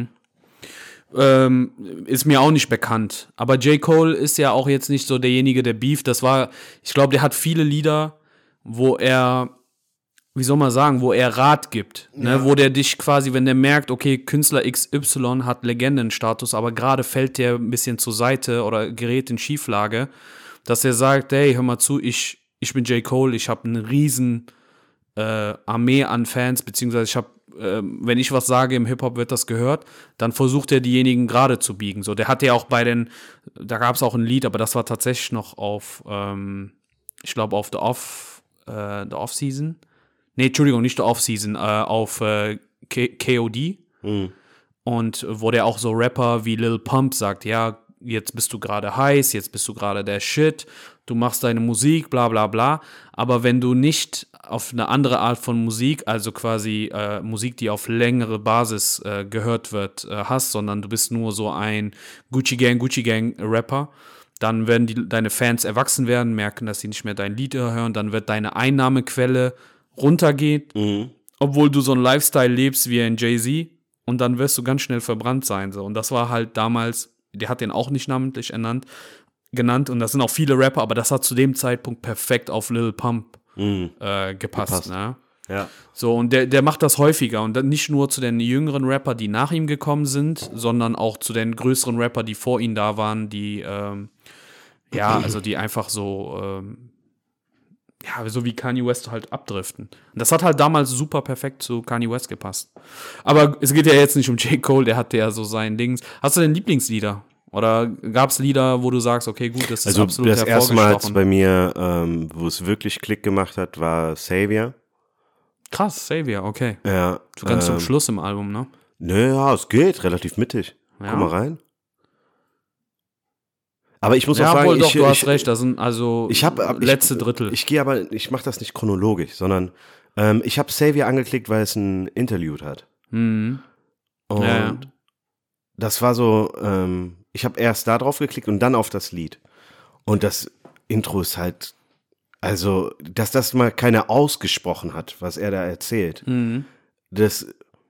Ist mir auch nicht bekannt. Aber J. Cole ist ja auch jetzt nicht so derjenige, der Beef. Ich glaube, der hat viele Lieder, wo er, wie soll man sagen, wo er Rat gibt. Ne? Ja. Wo der dich quasi, wenn der merkt, okay, Künstler XY hat Legendenstatus, aber gerade fällt der ein bisschen zur Seite oder gerät in Schieflage, dass er sagt, hey, hör mal zu, ich bin J. Cole, ich habe eine riesen Armee an Fans, beziehungsweise wenn ich was sage im Hip-Hop, wird das gehört, dann versucht er diejenigen gerade zu biegen. So, der hatte ja auch da gab es auch ein Lied, aber das war tatsächlich noch auf, ich glaube auf The Off-Season. Nee, Entschuldigung, nicht The Off-Season, auf KOD. Und wo der auch so Rapper wie Lil Pump sagt, ja, jetzt bist du gerade heiß, jetzt bist du gerade der Shit, du machst deine Musik, bla bla bla, aber wenn du nicht auf eine andere Art von Musik, also quasi Musik, die auf längere Basis gehört wird, hast, sondern du bist nur so ein Gucci Gang Rapper, dann werden deine Fans erwachsen werden, merken, dass sie nicht mehr dein Lied hören, dann wird deine Einnahmequelle runtergehen, obwohl du so einen Lifestyle lebst wie ein Jay-Z, und dann wirst du ganz schnell verbrannt sein. So. Und das war halt damals, der hat den auch nicht namentlich genannt, und das sind auch viele Rapper, aber das hat zu dem Zeitpunkt perfekt auf Lil Pump gepasst. Ne? Ja. So, und der macht das häufiger, und dann nicht nur zu den jüngeren Rapper, die nach ihm gekommen sind, sondern auch zu den größeren Rapper, die vor ihm da waren, die also die einfach so so wie Kanye West halt abdriften. Und das hat halt damals super perfekt zu Kanye West gepasst. Aber es geht ja jetzt nicht um J. Cole, der hatte ja so sein Dings. Hast du denn Lieblingslieder? Oder gab es Lieder, wo du sagst, okay, gut, das ist absolut das erste Mal hervorgestochen? bei mir, wo es wirklich Klick gemacht hat, war Savior. Krass, Savior, okay. Ja. So ganz zum Schluss im Album, ne? Naja, es geht, relativ mittig. Ja. Guck mal rein. Aber ich muss Ja, auch sagen, wohl doch, du hast recht, das sind also letzte Drittel. Ich mache das nicht chronologisch, sondern ich habe Savior angeklickt, weil es ein Interlude hat. Und das war so, ich habe erst da drauf geklickt und dann auf das Lied. Und das Intro ist halt, also, dass das mal keiner ausgesprochen hat, was er da erzählt. Das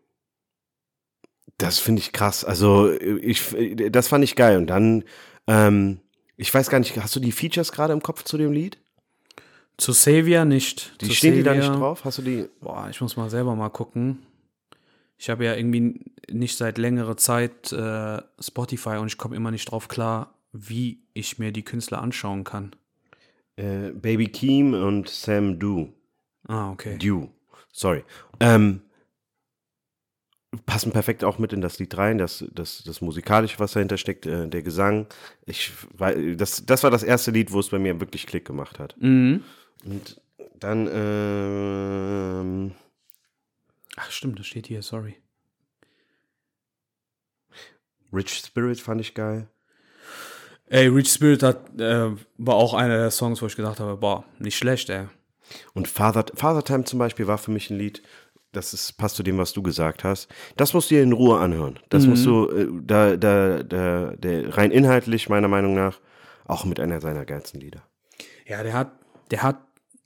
finde ich krass. Also, das fand ich geil. Und dann, ich weiß gar nicht, hast du die Features gerade im Kopf zu dem Lied? Zu Savior nicht. Stehen die da nicht drauf? Hast du die? Boah, ich muss mal selber mal gucken. Ich habe ja irgendwie nicht seit längerer Zeit Spotify, und ich komme immer nicht drauf klar, wie ich mir die Künstler anschauen kann. Baby Keem und Sam Dew. Ah, okay. Dew, sorry. Passen perfekt auch mit in das Lied rein, das Musikalische, was dahinter steckt, der Gesang. Das war das erste Lied, wo es bei mir wirklich Klick gemacht hat. Und dann, ach stimmt, das steht hier, sorry. Rich Spirit fand ich geil. Ey, Rich Spirit war auch einer der Songs, wo ich gedacht habe, boah, nicht schlecht, ey. Und Father Time zum Beispiel war für mich ein Lied, passt zu dem, was du gesagt hast. Das musst du dir in Ruhe anhören. Das musst du, der rein inhaltlich, meiner Meinung nach, auch mit einer seiner geilsten Lieder. Ja, der hat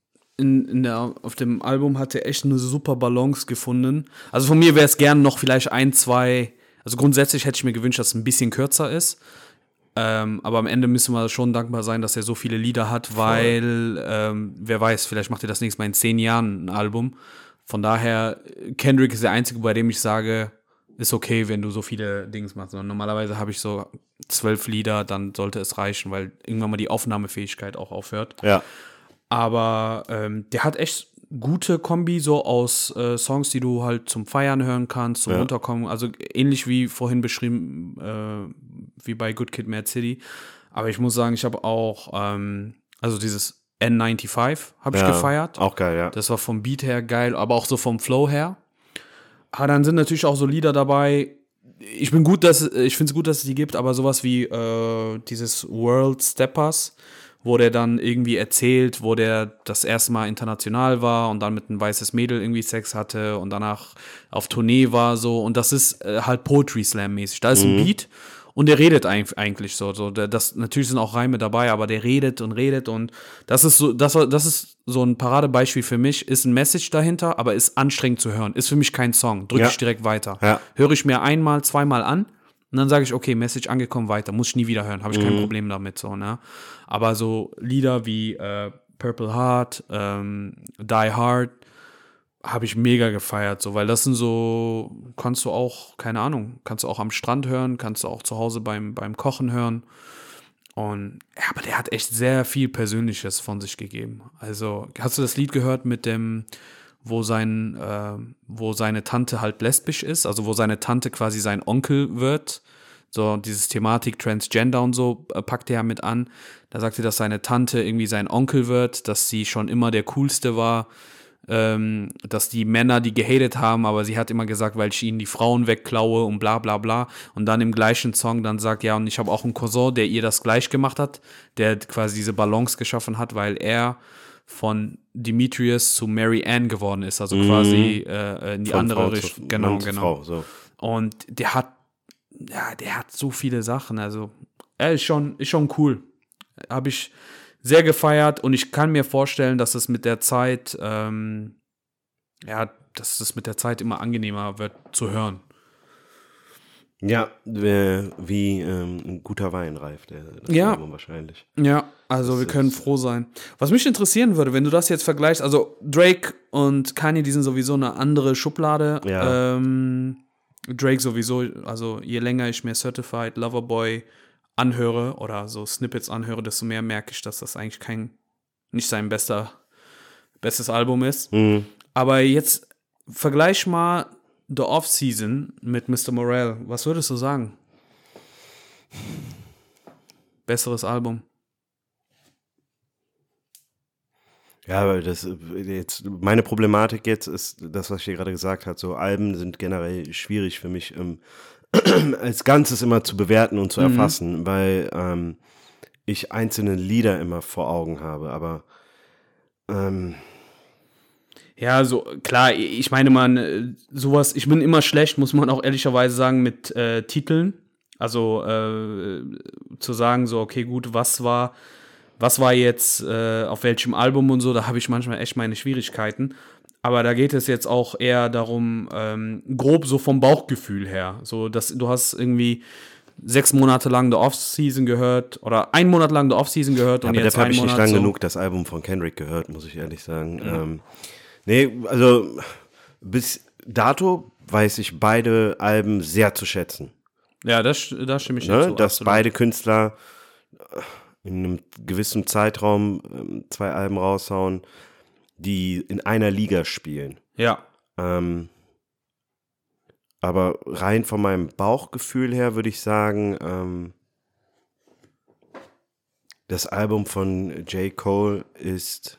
auf dem Album hat er echt eine super Balance gefunden. Also von mir wäre es gern noch vielleicht ein, zwei, also grundsätzlich hätte ich mir gewünscht, dass es ein bisschen kürzer ist. Aber am Ende müssen wir schon dankbar sein, dass er so viele Lieder hat, weil, wer weiß, vielleicht macht er das nächste Mal in 10 Jahren ein Album. Von daher, Kendrick ist der Einzige, bei dem ich sage, ist okay, wenn du so viele Dings machst. Und normalerweise habe ich so 12 Lieder, dann sollte es reichen, weil irgendwann mal die Aufnahmefähigkeit auch aufhört. Ja. Aber der hat echt gute Kombi so aus Songs, die du halt zum Feiern hören kannst, zum Runterkommen. Also ähnlich wie vorhin beschrieben, wie bei Good Kid, Mad City. Aber ich muss sagen, ich habe auch, also dieses N95 habe ich gefeiert. Auch geil, ja. Das war vom Beat her geil, aber auch so vom Flow her. Aber dann sind natürlich auch so Lieder dabei. Ich finde es gut, dass es die gibt, aber sowas wie dieses World Steppers, wo der dann irgendwie erzählt, wo der das erste Mal international war und dann mit einem weißes Mädel irgendwie Sex hatte und danach auf Tournee war so. Und das ist halt Poetry Slam mäßig. Da ist ein Beat und der redet eigentlich so. Natürlich sind auch Reime dabei, aber der redet und das ist so ein Paradebeispiel für mich. Ist ein Message dahinter, aber ist anstrengend zu hören. Ist für mich kein Song. Drücke ich direkt weiter. Ja. Höre ich mir einmal, zweimal an. Und dann sage ich, okay, Message angekommen, weiter. Muss ich nie wieder hören. Habe ich kein Problem damit. So, ne? Aber so Lieder wie Purple Heart, Die Hard, habe ich mega gefeiert. So, weil das sind so, kannst du auch am Strand hören, kannst du auch zu Hause beim Kochen hören. Und ja, aber der hat echt sehr viel Persönliches von sich gegeben. Also, hast du das Lied gehört mit dem, wo seine Tante halt lesbisch ist, also wo seine Tante quasi sein Onkel wird, so dieses Thematik Transgender und so packt er ja mit an. Da sagt er, dass seine Tante irgendwie sein Onkel wird, dass sie schon immer der Coolste war, dass die Männer die gehatet haben, aber sie hat immer gesagt, weil ich ihnen die Frauen wegklaue und bla bla bla. Und dann im gleichen Song dann sagt, ja, und ich habe auch einen Cousin, der ihr das gleich gemacht hat, der quasi diese Balance geschaffen hat, weil er von Demetrius zu Mary Ann geworden ist, also quasi in die andere Richtung. Genau. Frau, so. Und der hat so viele Sachen, also er ist schon cool. Habe ich sehr gefeiert und ich kann mir vorstellen, dass es mit der Zeit, dass es mit der Zeit immer angenehmer wird zu hören. Ja, wie ein guter Wein reift, das Album wahrscheinlich. Ja, also wir können froh sein. Was mich interessieren würde, wenn du das jetzt vergleichst, also Drake und Kanye, die sind sowieso eine andere Schublade. Ja. Drake sowieso, also je länger ich mir Certified Lover Boy anhöre oder so Snippets anhöre, desto mehr merke ich, dass das eigentlich nicht sein bestes Album ist. Mhm. Aber jetzt vergleich mal The Off-Season mit Mr. Morale. Was würdest du sagen? Besseres Album? Ja, aber meine Problematik jetzt ist das, was ich hier gerade gesagt habe. So Alben sind generell schwierig für mich als Ganzes immer zu bewerten und zu erfassen, weil ich einzelne Lieder immer vor Augen habe. Aber ja, so klar, ich meine, sowas, ich bin immer schlecht, muss man auch ehrlicherweise sagen, mit Titeln. Also zu sagen, so, okay, gut, was war jetzt auf welchem Album und so, da habe ich manchmal echt meine Schwierigkeiten. Aber da geht es jetzt auch eher darum, grob so vom Bauchgefühl her. So, dass du hast irgendwie 6 Monate lang The Off-Season gehört oder 1 Monat lang The Off-Season gehört und jetzt 1 Monat. Aber habe ich nicht lang genug das Album von Kendrick gehört, muss ich ehrlich sagen. Ja. Nee, also bis dato weiß ich beide Alben sehr zu schätzen. Ja, da stimme ich dir zu. Dass beide Künstler in einem gewissen Zeitraum 2 Alben raushauen, die in einer Liga spielen. Ja. Aber rein von meinem Bauchgefühl her würde ich sagen, das Album von J. Cole ist,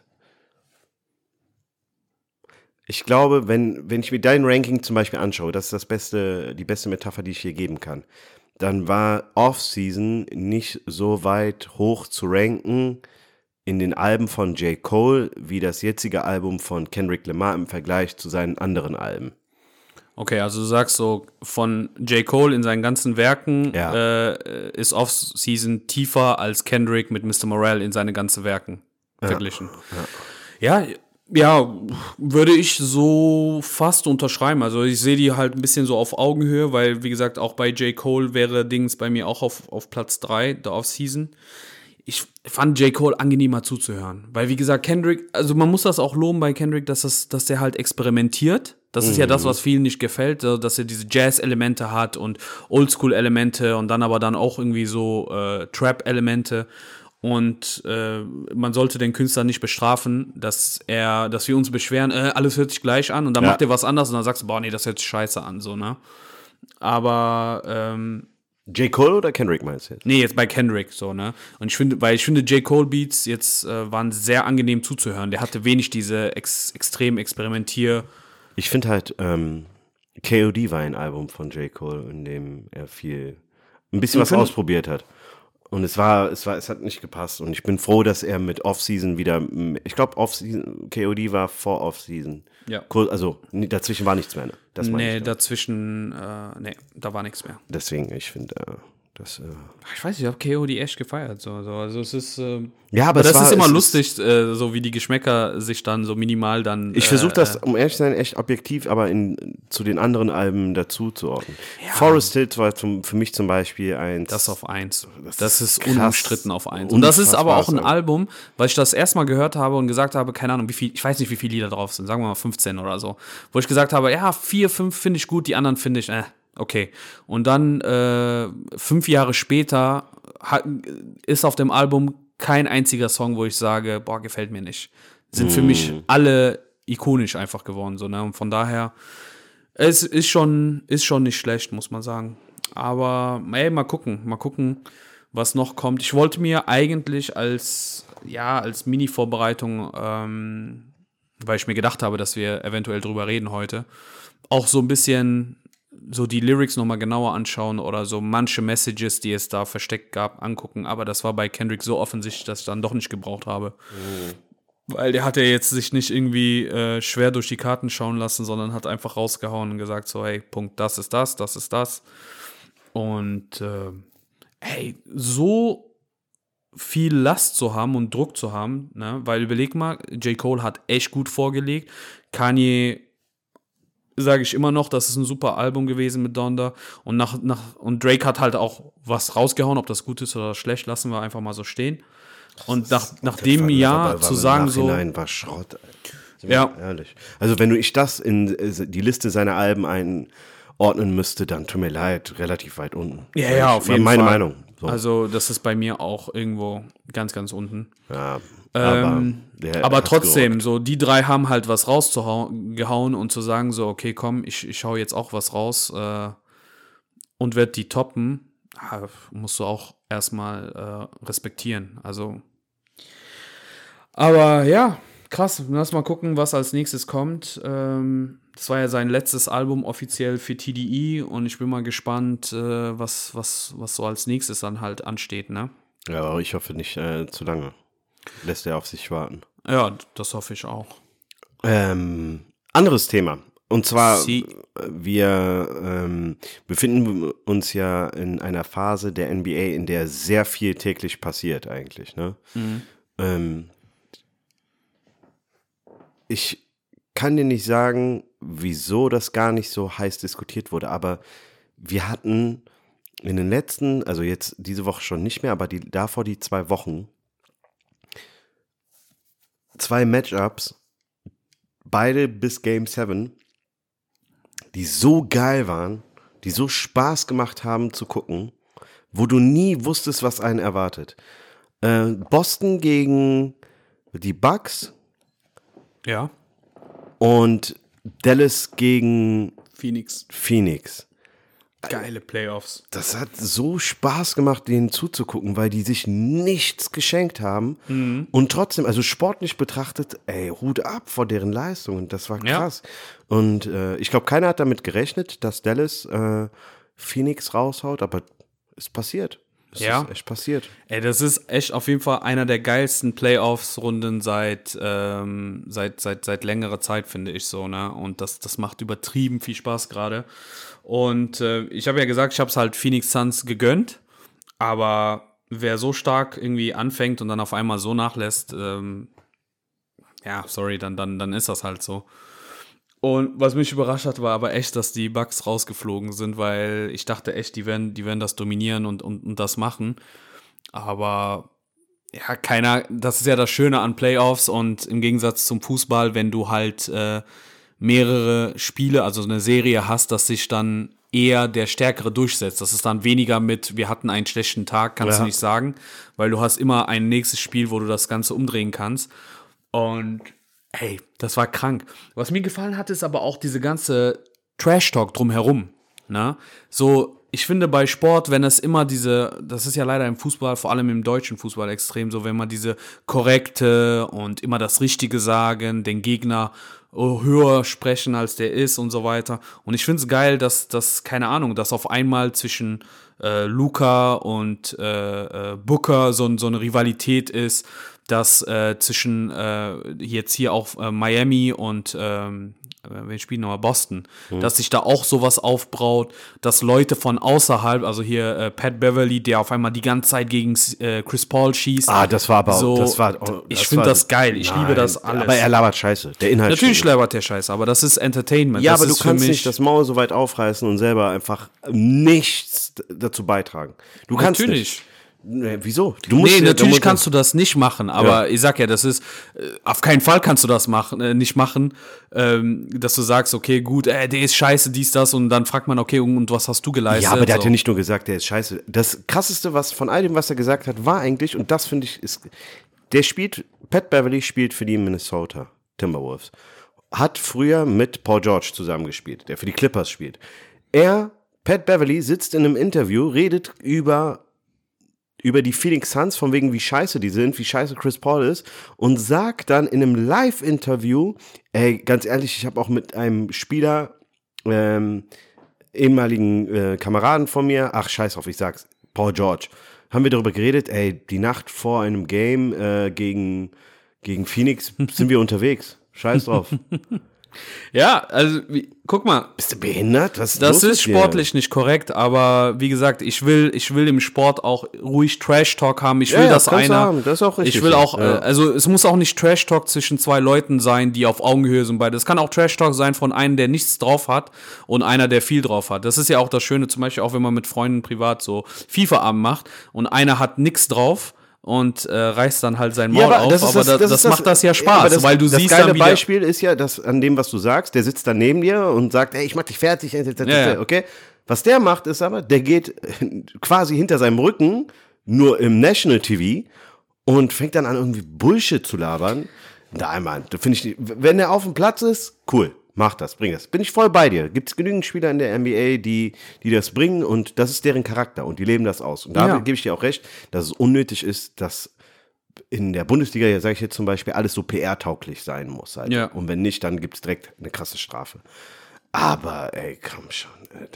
ich glaube, wenn ich mir dein Ranking zum Beispiel anschaue, das ist die beste Metapher, die ich hier geben kann. dann war Off-Season nicht so weit hoch zu ranken in den Alben von J. Cole wie das jetzige Album von Kendrick Lamar im Vergleich zu seinen anderen Alben. Okay, also du sagst so, von J. Cole in seinen ganzen Werken Ja. ist Off-Season tiefer als Kendrick mit Mr. Morale in seine ganzen Werken verglichen. Ja, würde ich so fast unterschreiben. Also ich sehe die halt ein bisschen so auf Augenhöhe, weil, wie gesagt, auch bei J. Cole wäre Dings bei mir auch auf Platz 3, der Off-Season. Ich fand J. Cole angenehmer zuzuhören. Weil, wie gesagt, Kendrick, also man muss das auch loben bei Kendrick, dass der halt experimentiert. Das ist ja das, was vielen nicht gefällt, dass er diese Jazz-Elemente hat und Oldschool-Elemente und dann aber dann auch irgendwie so Trap-Elemente. Und man sollte den Künstler nicht bestrafen, dass wir uns beschweren, alles hört sich gleich an und dann macht er was anderes und dann sagst du, boah, nee, das hört sich scheiße an, so, ne? Aber J. Cole oder Kendrick meinst du jetzt? nee, jetzt bei Kendrick so, ne? Und ich finde J. Cole Beats jetzt waren sehr angenehm zuzuhören. Der hatte wenig diese extrem Experimentier. Ich finde halt, K.O.D. war ein Album von J. Cole, in dem er ein bisschen was ausprobiert hat. Und es hat nicht gepasst. Und ich bin froh, dass er mit Off-Season wieder, ich glaube, K.O.D. war vor Off-Season. Ja. Also, dazwischen war nichts mehr. Ne? Das meine Nee, ich. dazwischen, da war nichts mehr. Deswegen, ich finde, Ich weiß nicht, ich habe K.O.D. echt gefeiert. So. Also es ist, ja, aber das ist immer lustig, so wie die Geschmäcker sich dann so minimal dann. Ich versuche das, um ehrlich zu sein, echt objektiv, aber zu den anderen Alben dazu zu ordnen. Ja. Forest Hills war für mich zum Beispiel Das auf 1. Das ist krass, unumstritten auf 1. Und das ist aber auch ein Album, weil ich das erstmal gehört habe und gesagt habe, keine Ahnung, ich weiß nicht, wie viele Lieder drauf sind, sagen wir mal 15 oder so. Wo ich gesagt habe, ja, 4, 5 finde ich gut, die anderen finde ich, okay. Und dann 5 Jahre später ist auf dem Album kein einziger Song, wo ich sage, boah, gefällt mir nicht. Sind für mich alle ikonisch einfach geworden. So, ne? Und von daher, es ist schon nicht schlecht, muss man sagen. Aber mal gucken, was noch kommt. Ich wollte mir eigentlich als Mini-Vorbereitung, weil ich mir gedacht habe, dass wir eventuell drüber reden heute, auch so ein bisschen so die Lyrics nochmal genauer anschauen oder so manche Messages, die es da versteckt gab, angucken. Aber das war bei Kendrick so offensichtlich, dass ich dann doch nicht gebraucht habe. Weil der hat ja jetzt sich nicht irgendwie schwer durch die Karten schauen lassen, sondern hat einfach rausgehauen und gesagt so, hey, Punkt, das ist das, das ist das. Und so viel Last zu haben und Druck zu haben, ne? Weil überleg mal, J. Cole hat echt gut vorgelegt. Kanye sage ich immer noch, das ist ein super Album gewesen mit Donda. Und und Drake hat halt auch was rausgehauen, ob das gut ist oder schlecht, lassen wir einfach mal so stehen. Und nach dem Jahr zu sagen so. Nein, war Schrott. Ja. Ehrlich. Also wenn ich das in die Liste seiner Alben einordnen müsste, dann tut mir leid, relativ weit unten. Ja, auf jeden Fall. Meine Meinung. So. Also das ist bei mir auch irgendwo ganz, ganz unten. Ja, aber trotzdem, so die 3 haben halt was rausgehauen und zu sagen so, okay, komm, ich hau jetzt auch was raus und werde die toppen, musst du auch erstmal respektieren. Also, aber ja, krass. Lass mal gucken, was als nächstes kommt. Das war ja sein letztes Album offiziell für TDE und ich bin mal gespannt, was so als nächstes dann halt ansteht, ne? Ja, aber ich hoffe nicht zu lange. Lässt er auf sich warten. Ja, das hoffe ich auch. Anderes Thema. Und zwar, wir befinden uns ja in einer Phase der NBA, in der sehr viel täglich passiert eigentlich. Ne? Ich kann dir nicht sagen, wieso das gar nicht so heiß diskutiert wurde, aber wir hatten in den letzten, also jetzt diese Woche schon nicht mehr, aber davor die 2 Wochen, 2 Matchups, beide bis Game 7, die so geil waren, die so Spaß gemacht haben zu gucken, wo du nie wusstest, was einen erwartet. Boston gegen die Bucks. Ja. Und Dallas gegen Phoenix. Geile Playoffs. Das hat so Spaß gemacht, denen zuzugucken, weil die sich nichts geschenkt haben. Und trotzdem, also sportlich betrachtet, Hut ab vor deren Leistungen. Das war krass. Ja. Und ich glaube, keiner hat damit gerechnet, dass Dallas Phoenix raushaut, aber ist passiert. Es Ja. ist echt passiert. Ey, das ist echt auf jeden Fall einer der geilsten Playoffs-Runden seit längerer Zeit, finde ich so, ne? Und das macht übertrieben viel Spaß gerade. Und ich habe ja gesagt, ich habe es halt Phoenix Suns gegönnt, aber wer so stark irgendwie anfängt und dann auf einmal so nachlässt, ja, sorry, dann ist das halt so. Und was mich überrascht hat, war aber echt, dass die Bucks rausgeflogen sind, weil ich dachte echt, die werden das dominieren und das machen. Aber ja, das ist ja das Schöne an Playoffs und im Gegensatz zum Fußball, wenn du halt mehrere Spiele, also eine Serie hast, dass sich dann eher der Stärkere durchsetzt. Das ist dann weniger mit, wir hatten einen schlechten Tag, kannst du nicht sagen, weil du hast immer ein nächstes Spiel, wo du das Ganze umdrehen kannst. Und hey, das war krank. Was mir gefallen hat, ist aber auch diese ganze Trash-Talk drumherum. Ne? So, ich finde bei Sport, wenn es immer das ist ja leider im Fußball, vor allem im deutschen Fußball extrem so, wenn man diese korrekte und immer das Richtige sagen, den Gegner höher sprechen, als der ist und so weiter. Und ich finde es geil, dass keine Ahnung, dass auf einmal zwischen Luka und Booker so eine Rivalität ist, dass zwischen jetzt hier auch Miami und wen spielen nochmal? Boston, dass sich da auch sowas aufbraut, dass Leute von außerhalb, also hier Pat Beverly, der auf einmal die ganze Zeit gegen Chris Paul schießt. Das war aber so, ich finde das geil, ich liebe das alles. Aber er labert Scheiße, der Inhalt natürlich stimmt. labert der Scheiße, aber das ist Entertainment. Ja, das aber ist du kannst für mich nicht das Maul so weit aufreißen und selber einfach nichts dazu beitragen. Du kannst natürlich. nicht. Nee, wieso? Natürlich kannst du das nicht machen, aber ich sag ja, das ist, auf keinen Fall kannst du das nicht machen, dass du sagst, okay, gut, der ist scheiße, dies, das, und dann fragt man, okay, und was hast du geleistet? Ja, aber der hat ja nicht nur gesagt, der ist scheiße. Das Krasseste, was von all dem, was er gesagt hat, war eigentlich, und das finde ich, Pat Beverly spielt für die Minnesota Timberwolves. Hat früher mit Paul George zusammengespielt, der für die Clippers spielt. Pat Beverly, sitzt in einem Interview, redet über die Phoenix Suns, von wegen wie scheiße die sind, wie scheiße Chris Paul ist, und sagt dann in einem Live-Interview, ey, ganz ehrlich, ich habe auch mit einem Spieler, ehemaligen Kameraden von mir, ach scheiß drauf, ich sag's, Paul George, haben wir darüber geredet, ey, die Nacht vor einem Game gegen Phoenix sind wir unterwegs, scheiß drauf. Ja, also guck mal. Bist du behindert? Was ist das los ist mit dir? sportlich nicht korrekt, aber wie gesagt, ich will im Sport auch ruhig Trash-Talk haben. Ich will, dass kannst du einer. haben. Das ist auch richtig. Ich will auch, ja. also es muss auch nicht Trash-Talk zwischen zwei Leuten sein, die auf Augenhöhe sind beide. Es kann auch Trash-Talk sein von einem, der nichts drauf hat und einer, der viel drauf hat. Das ist ja auch das Schöne, zum Beispiel auch, wenn man mit Freunden privat so FIFA-Abend macht und einer hat nichts drauf und reißt dann halt sein Maul auf, aber das macht das ja Spaß, weil du siehst dann, das geile dann wieder. Beispiel ist ja, dass an dem, was du sagst, der sitzt dann neben dir und sagt, ey, ich mach dich fertig, okay? Was der macht, ist aber, der geht quasi hinter seinem Rücken, nur im National TV, und fängt dann an, irgendwie Bullshit zu labern. Nein, Mann, finde ich, wenn der auf dem Platz ist, cool. Mach das, bring das. Bin ich voll bei dir. Gibt es genügend Spieler in der NBA, die das bringen, und das ist deren Charakter und die leben das aus. Und da gebe ich dir auch recht, dass es unnötig ist, dass in der Bundesliga, ja, sage ich jetzt zum Beispiel, alles so PR-tauglich sein muss. Halt. Ja. Und wenn nicht, dann gibt es direkt eine krasse Strafe. Aber, ey, komm schon.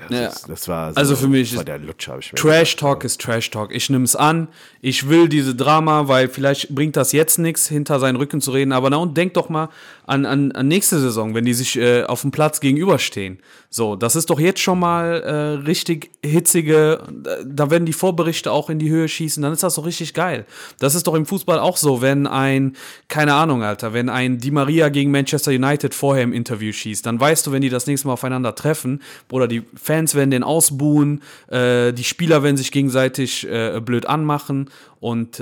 Das war so, also für mich ist der Lutscher. Trash-Talk ist Trash-Talk. Ich nehme es an. Ich will diese Drama, weil vielleicht bringt das jetzt nichts, hinter seinen Rücken zu reden. Aber na, und denk doch mal an nächste Saison, wenn die sich auf dem Platz gegenüberstehen. So, das ist doch jetzt schon mal richtig hitzige, da werden die Vorberichte auch in die Höhe schießen, dann ist das doch richtig geil. Das ist doch im Fußball auch so, wenn keine Ahnung, Alter, wenn ein Di Maria gegen Manchester United vorher im Interview schießt, dann weißt du, wenn die das nächste Mal aufeinander treffen, Bruder, die Fans werden den ausbuhen, die Spieler werden sich gegenseitig blöd anmachen, und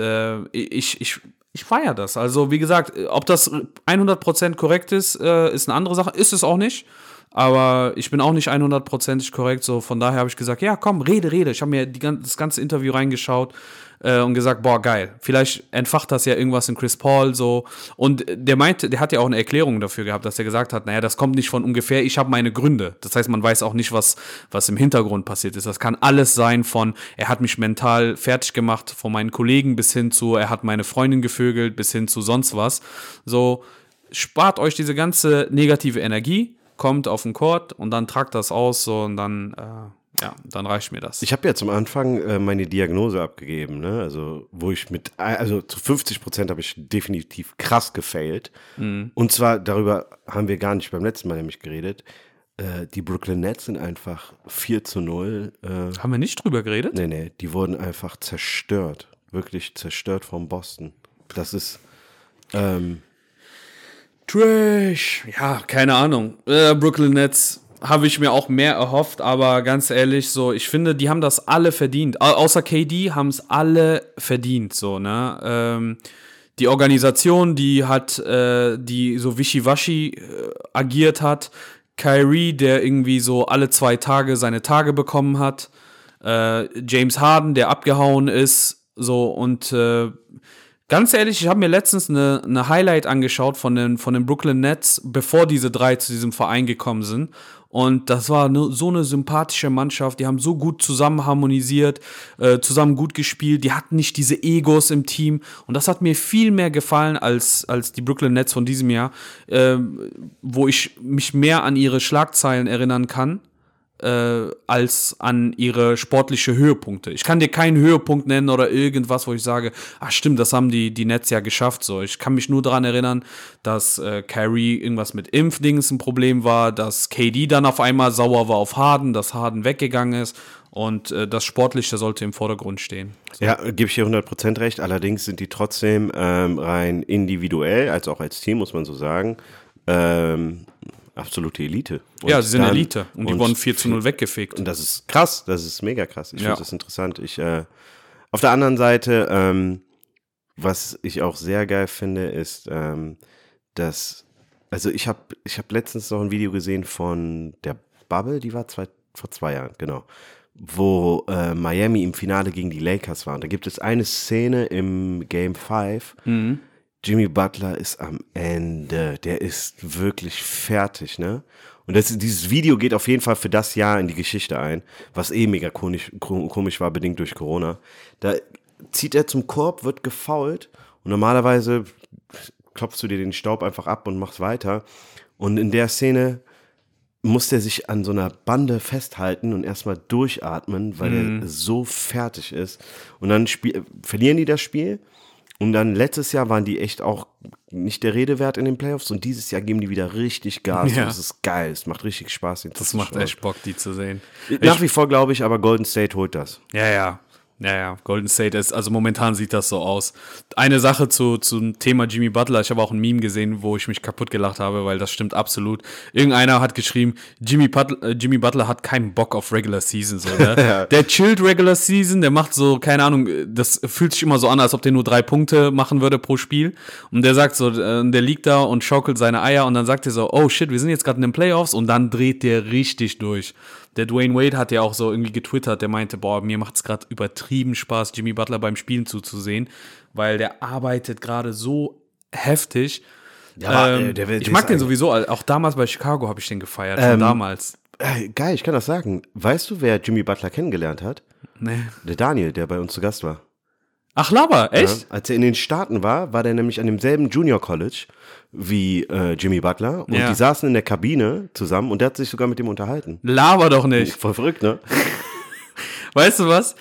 ich feiere das. Also wie gesagt, ob das 100% korrekt ist eine andere Sache. Ist es auch nicht. Aber ich bin auch nicht 100%ig korrekt. So, von daher habe ich gesagt, ja komm, rede. Ich habe mir das ganze Interview reingeschaut und gesagt, boah, geil. Vielleicht entfacht das ja irgendwas in Chris Paul so. Und der hat ja auch eine Erklärung dafür gehabt, dass er gesagt hat, naja, das kommt nicht von ungefähr, ich habe meine Gründe. Das heißt, man weiß auch nicht, was im Hintergrund passiert ist. Das kann alles sein von, er hat mich mental fertig gemacht, von meinen Kollegen bis hin zu, er hat meine Freundin gevögelt, bis hin zu sonst was. So, spart euch diese ganze negative Energie, kommt auf den Court und dann tragt das aus, so, und dann Ja, dann reicht mir das. Ich habe ja zum Anfang meine Diagnose abgegeben, ne? Also wo ich also zu 50% habe ich definitiv krass gefailt. Und zwar, darüber haben wir gar nicht beim letzten Mal nämlich geredet, die Brooklyn Nets sind einfach 4-0. Haben wir nicht drüber geredet? Nee, die wurden einfach zerstört. Wirklich zerstört von Boston. Das ist, Trash. Ja, keine Ahnung. Brooklyn Nets habe ich mir auch mehr erhofft, aber ganz ehrlich, so, ich finde, die haben das alle verdient. Außer KD haben es alle verdient, so, ne? Die Organisation, die die so wischiwaschi agiert hat. Kyrie, der irgendwie so alle 2 Tage seine Tage bekommen hat. James Harden, der abgehauen ist, so, und ganz ehrlich, ich habe mir letztens eine Highlight angeschaut von den Brooklyn Nets, bevor diese 3 zu diesem Verein gekommen sind. Und das war so eine sympathische Mannschaft. Die haben so gut zusammen harmonisiert, zusammen gut gespielt. Die hatten nicht diese Egos im Team. Und das hat mir viel mehr gefallen als die Brooklyn Nets von diesem Jahr, wo ich mich mehr an ihre Schlagzeilen erinnern kann, als an ihre sportliche Höhepunkte. Ich kann dir keinen Höhepunkt nennen oder irgendwas, wo ich sage, ach stimmt, das haben die Nets ja geschafft. So, ich kann mich nur daran erinnern, dass Kyrie irgendwas mit Impfdings ein Problem war, dass KD dann auf einmal sauer war auf Harden, dass Harden weggegangen ist und das Sportliche sollte im Vordergrund stehen. So. Ja, gebe ich dir 100% recht. Allerdings sind die trotzdem rein individuell, als auch als Team, muss man so sagen, absolute Elite. Und ja, sie sind Elite und die wurden 4-0 weggefegt. Und das ist krass, das ist mega krass. Ich finde das interessant. Auf der anderen Seite, was ich auch sehr geil finde, ist, dass, also ich hab letztens noch ein Video gesehen von der Bubble, die war vor 2 Jahren, genau, wo Miami im Finale gegen die Lakers war. Und da gibt es eine Szene im Game 5, Jimmy Butler ist am Ende. Der ist wirklich fertig, ne? Und dieses Video geht auf jeden Fall für das Jahr in die Geschichte ein, was mega komisch war, bedingt durch Corona. Da zieht er zum Korb, wird gefoult und normalerweise klopfst du dir den Staub einfach ab und machst weiter. Und in der Szene muss er sich an so einer Bande festhalten und erstmal durchatmen, weil er so fertig ist. Und dann verlieren die das Spiel. Und dann letztes Jahr waren die echt auch nicht der Rede wert in den Playoffs und dieses Jahr geben die wieder richtig Gas. Ja. Und das ist geil, es macht richtig Spaß. Das macht echt Bock, die zu sehen. Nach wie vor glaube ich, aber Golden State holt das. Ja, Golden State ist, also momentan sieht das so aus. Eine Sache zum Thema Jimmy Butler, ich habe auch ein Meme gesehen, wo ich mich kaputt gelacht habe, weil das stimmt absolut. Irgendeiner hat geschrieben, Jimmy Butler hat keinen Bock auf Regular Season. So, ne? Ja. Der chillt Regular Season, der macht so, keine Ahnung, das fühlt sich immer so an, als ob der nur 3 Punkte machen würde pro Spiel. Und der sagt so, der liegt da und schaukelt seine Eier und dann sagt er so, oh shit, wir sind jetzt gerade in den Playoffs und dann dreht der richtig durch. Der Dwayne Wade hat ja auch so irgendwie getwittert, der meinte, boah, mir macht es gerade übertrieben Spaß, Jimmy Butler beim Spielen zuzusehen, weil der arbeitet gerade so heftig. Ja, ich mag den sowieso, auch damals bei Chicago habe ich den gefeiert, schon damals. Geil, ich kann das sagen. Weißt du, wer Jimmy Butler kennengelernt hat? Nee. Der Daniel, der bei uns zu Gast war. Ach, Laber, echt? Ja, als er in den Staaten war der nämlich an demselben Junior College wie Jimmy Butler und die saßen in der Kabine zusammen und der hat sich sogar mit dem unterhalten. Laber doch nicht. Voll verrückt, ne? Weißt du was?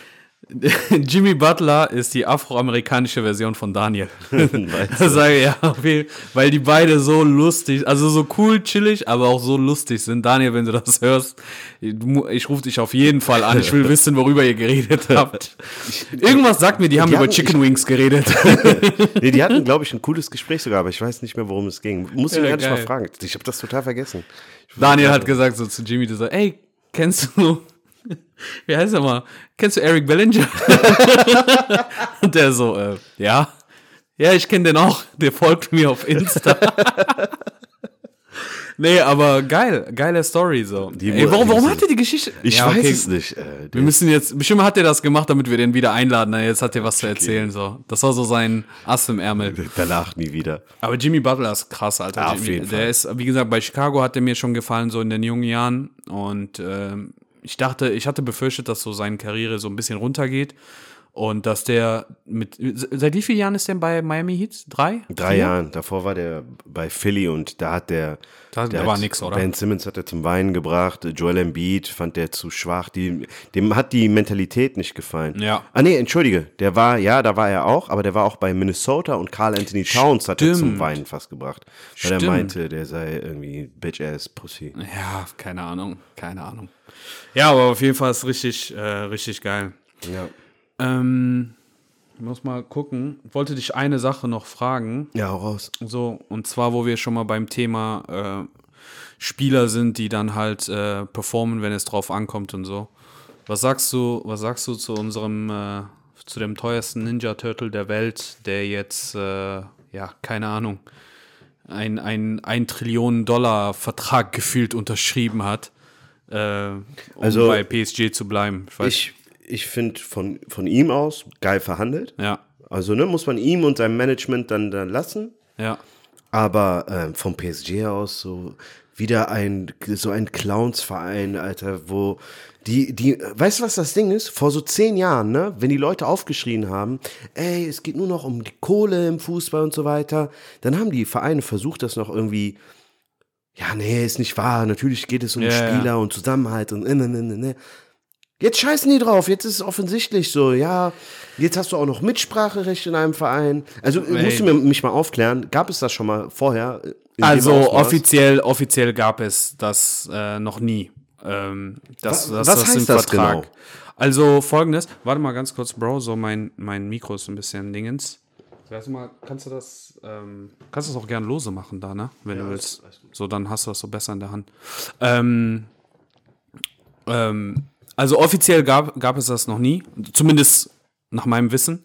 Jimmy Butler ist die afroamerikanische Version von Daniel. Das sage ich, ja, weil die beide so lustig, also so cool, chillig, aber auch so lustig sind. Daniel, wenn du das hörst, ich rufe dich auf jeden Fall an. Ich will wissen, worüber ihr geredet habt. Irgendwas sagt mir, die haben über Chicken Wings geredet. Nee, die hatten, glaube ich, ein cooles Gespräch sogar, aber ich weiß nicht mehr, worum es ging. Muss ich mir ehrlich mal fragen. Ich habe das total vergessen. Daniel hat gesagt so zu Jimmy, du sagst, ey, kennst du... Wie heißt er mal? Kennst du Eric Bellinger? Und der so, ja. Ja, ich kenne den auch. Der folgt mir auf Insta. Nee, aber geile Story so. Warum hat er die Geschichte? Ich weiß es nicht. Wir müssen jetzt, bestimmt hat er das gemacht, damit wir den wieder einladen. Jetzt hat er was zu erzählen. So. Das war so sein Ass im Ärmel. Danach nie wieder. Aber Jimmy Butler ist krass, Alter. Ja, auf jeden Fall. Der ist, wie gesagt, bei Chicago hat er mir schon gefallen, so in den jungen Jahren. Und ich hatte befürchtet, dass so seine Karriere so ein bisschen runtergeht. Und dass der seit wie vielen Jahren ist der bei Miami Heat? 3? 3 Jahren. Davor war der bei Philly und da hat der war nix, oder? Ben Simmons hat er zum Weinen gebracht, Joel Embiid fand der zu schwach, dem hat die Mentalität nicht gefallen. Ja. Entschuldige, da war er auch, aber der war auch bei Minnesota und Karl Anthony Towns hat er zum Weinen fast gebracht. Weil er meinte, der sei irgendwie Bitch-ass Pussy. Ja, keine Ahnung. Ja, aber auf jeden Fall ist richtig geil. Ja. Ich muss mal gucken. Ich wollte dich eine Sache noch fragen. Ja, hau raus. So, und zwar, wo wir schon mal beim Thema Spieler sind, die dann halt performen, wenn es drauf ankommt und so. Was sagst du zu unserem, zu dem teuersten Ninja Turtle der Welt, der jetzt, keine Ahnung, ein Trillion-Dollar-Vertrag gefühlt unterschrieben hat, um bei PSG zu bleiben? Ich finde von ihm aus geil verhandelt. Ja. Also muss man ihm und seinem Management dann lassen. Ja. Aber vom PSG aus so wieder so ein Clownsverein, Alter, wo weißt du, was das Ding ist? Vor so 10 Jahren, ne, wenn die Leute aufgeschrien haben, ey, es geht nur noch um die Kohle im Fußball und so weiter, dann haben die Vereine versucht, das noch irgendwie, ja, nee, ist nicht wahr, natürlich geht es um Spieler und Zusammenhalt und ne. Jetzt scheißen die drauf, jetzt ist es offensichtlich so, ja, jetzt hast du auch noch Mitspracherecht in einem Verein. Also musst du mich mal aufklären, gab es das schon mal vorher? Also offiziell gab es das noch nie. Was heißt das genau? Also folgendes, warte mal ganz kurz, Bro, so mein Mikro ist ein bisschen Dingens. Weißt du mal, kannst du das auch gern lose machen da, ne, wenn du willst. So, dann hast du das so besser in der Hand. Also offiziell gab es das noch nie, zumindest nach meinem Wissen.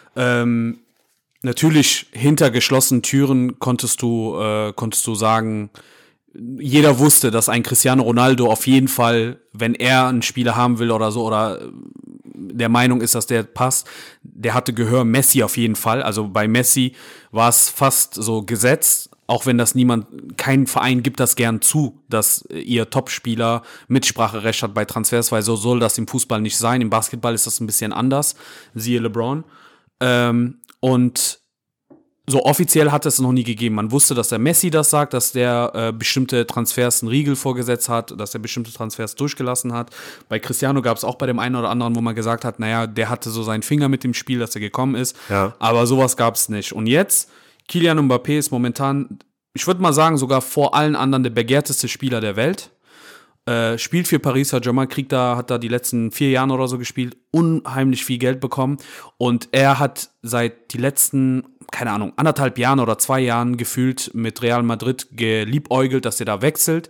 Natürlich hinter geschlossenen Türen konntest du sagen, jeder wusste, dass ein Cristiano Ronaldo auf jeden Fall, wenn er einen Spieler haben will oder so, oder der Meinung ist, dass der passt, der hatte Gehör. Messi auf jeden Fall. Also bei Messi war es fast so gesetzt, auch wenn das kein Verein gibt das gern zu, dass ihr Topspieler Mitspracherecht hat bei Transfers, weil so soll das im Fußball nicht sein. Im Basketball ist das ein bisschen anders, siehe LeBron. Und so offiziell hat es noch nie gegeben. Man wusste, dass der Messi das sagt, dass der bestimmte Transfers einen Riegel vorgesetzt hat, dass er bestimmte Transfers durchgelassen hat. Bei Cristiano gab es auch bei dem einen oder anderen, wo man gesagt hat, naja, der hatte so seinen Finger mit dem Spiel, dass er gekommen ist. Ja. Aber sowas gab es nicht. Und jetzt, Kylian Mbappé ist momentan, ich würde mal sagen, sogar vor allen anderen der begehrteste Spieler der Welt. Spielt für Paris Saint-Germain, hat da die letzten 4 Jahren oder so gespielt, unheimlich viel Geld bekommen. Und er hat seit die letzten, keine Ahnung, 1,5 Jahren oder 2 Jahren gefühlt mit Real Madrid geliebäugelt, dass er da wechselt.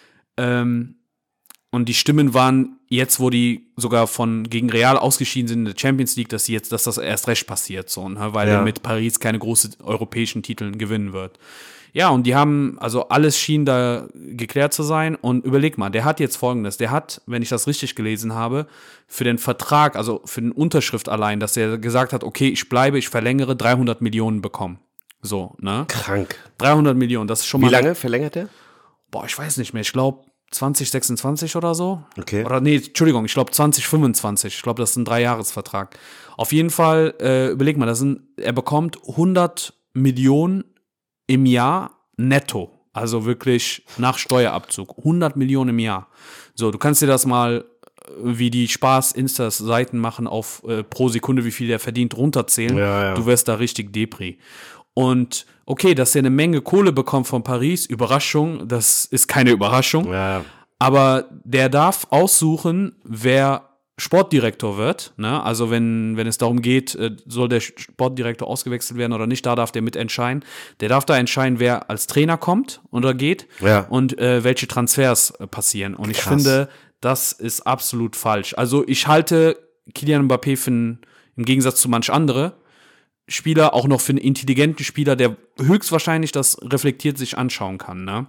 Und die Stimmen waren jetzt, wo die sogar gegen Real ausgeschieden sind in der Champions League, dass das erst recht passiert, so, ne? Weil er mit Paris keine großen europäischen Titel gewinnen wird. Ja, und die haben, also alles schien da geklärt zu sein. Und überleg mal, der hat jetzt Folgendes. Der hat, wenn ich das richtig gelesen habe, für den Vertrag, also für den Unterschrift allein, dass er gesagt hat, okay, ich bleibe, ich verlängere, 300 Millionen bekommen. So, ne? Krank. 300 Millionen, das ist schon mal. Wie lange verlängert er? Boah, ich weiß nicht mehr. Ich glaube 2026 oder so. Okay. Oder nee, Entschuldigung, ich glaube 2025. Ich glaube, das ist ein 3-Jahres-Vertrag. Auf jeden Fall, überleg mal, er bekommt 100 Millionen im Jahr netto, also wirklich nach Steuerabzug, 100 Millionen im Jahr. So, du kannst dir das mal, wie die Spaß-Instas-Seiten machen, auf pro Sekunde, wie viel der verdient, runterzählen. Ja. Du wirst da richtig Depri. Und okay, dass er eine Menge Kohle bekommt von Paris, Überraschung, das ist keine Überraschung. Ja. Aber der darf aussuchen, wer Sportdirektor wird, ne? Also wenn es darum geht, soll der Sportdirektor ausgewechselt werden oder nicht, da darf der mitentscheiden. Der darf da entscheiden, wer als Trainer kommt oder geht und welche Transfers passieren. Und ich finde, das ist absolut falsch. Also ich halte Kylian Mbappé im Gegensatz zu manch andere Spieler auch noch für einen intelligenten Spieler, der höchstwahrscheinlich das reflektiert sich anschauen kann, ne?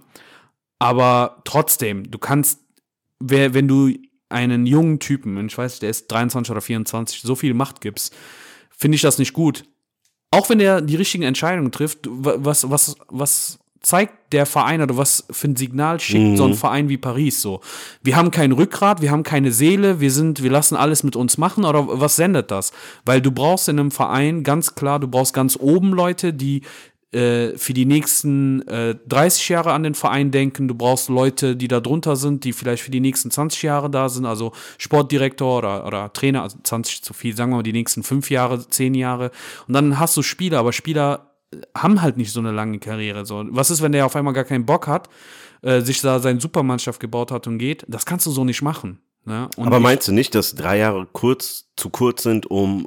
Aber trotzdem, du kannst, wenn du einen jungen Typen, und ich weiß, der ist 23 oder 24, so viel Macht gibst, finde ich das nicht gut. Auch wenn er die richtigen Entscheidungen trifft, was zeigt der Verein oder was für ein Signal schickt so ein Verein wie Paris so? Wir haben kein Rückgrat, wir haben keine Seele, wir lassen alles mit uns machen oder was sendet das? Weil du brauchst in einem Verein ganz klar, du brauchst ganz oben Leute, die für die nächsten 30 Jahre an den Verein denken. Du brauchst Leute, die da drunter sind, die vielleicht für die nächsten 20 Jahre da sind, also Sportdirektor oder Trainer, also 20 zu viel, sagen wir mal die nächsten 5 Jahre, 10 Jahre. Und dann hast du Spieler, aber Spieler haben halt nicht so eine lange Karriere. So. Was ist, wenn der auf einmal gar keinen Bock hat, sich da seine Supermannschaft gebaut hat und geht? Das kannst du so nicht machen. Ne? Und aber meinst du nicht, dass 3 Jahre zu kurz sind,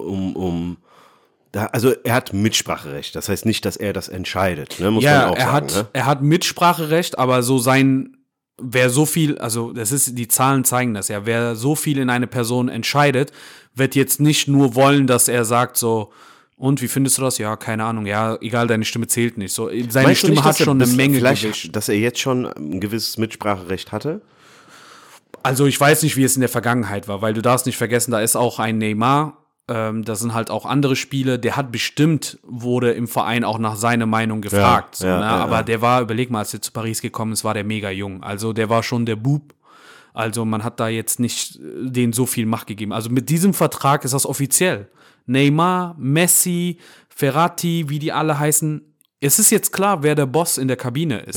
also er hat Mitspracherecht. Das heißt nicht, dass er das entscheidet, ne? Muss man auch sagen. Er hat Mitspracherecht, aber wer so viel, also die Zahlen zeigen das ja, wer so viel in eine Person entscheidet, wird jetzt nicht nur wollen, dass er sagt so, und wie findest du das? Ja, keine Ahnung, ja, egal, deine Stimme zählt nicht. So, seine Stimme nicht, hat schon eine Menge Gewicht. Dass er jetzt schon ein gewisses Mitspracherecht hatte? Also ich weiß nicht, wie es in der Vergangenheit war, weil du darfst nicht vergessen, da ist auch ein Neymar. Da sind halt auch andere Spiele, wurde im Verein auch nach seiner Meinung gefragt. Aber der war, überleg mal, als er zu Paris gekommen ist, war der mega jung. Also der war schon der Bub. Also man hat da jetzt nicht denen so viel Macht gegeben. Also mit diesem Vertrag ist das offiziell. Neymar, Messi, Verratti, wie die alle heißen. Es ist jetzt klar, wer der Boss in der Kabine ist.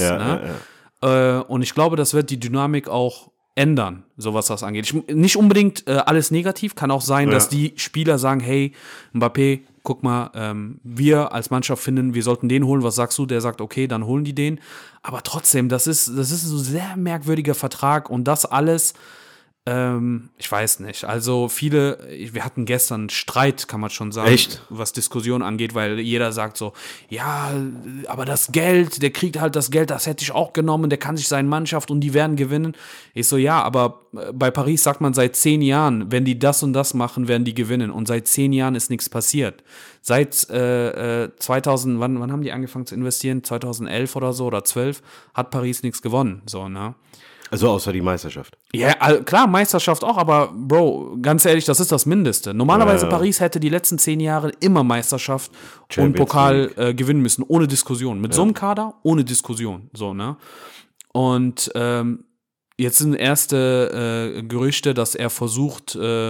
Und ich glaube, das wird die Dynamik auch ändern, so was das angeht. Nicht unbedingt alles negativ, kann auch sein, dass die Spieler sagen, hey, Mbappé, guck mal, wir als Mannschaft finden, wir sollten den holen, was sagst du? Der sagt, okay, dann holen die den. Aber trotzdem, das ist so ein sehr merkwürdiger Vertrag und das alles, ich weiß nicht. Also wir hatten gestern einen Streit, kann man schon sagen, was Diskussion angeht, weil jeder sagt so, ja, aber das Geld, der kriegt halt das Geld, das hätte ich auch genommen, der kann sich seine Mannschaft und die werden gewinnen. Ich so, ja, aber bei Paris sagt man seit 10 Jahren, wenn die das und das machen, werden die gewinnen. Und seit 10 Jahren ist nichts passiert. Seit 2000, wann haben die angefangen zu investieren? 2011 oder so oder 12 hat Paris nichts gewonnen. So, ne? Also außer die Meisterschaft. Ja, klar, Meisterschaft auch, aber Bro, ganz ehrlich, das ist das Mindeste. Normalerweise Paris hätte die letzten 10 Jahre immer Meisterschaft und Pokal gewinnen müssen, ohne Diskussion. Mit so einem Kader, ohne Diskussion. So, ne? Und jetzt sind erste Gerüchte, dass er versucht,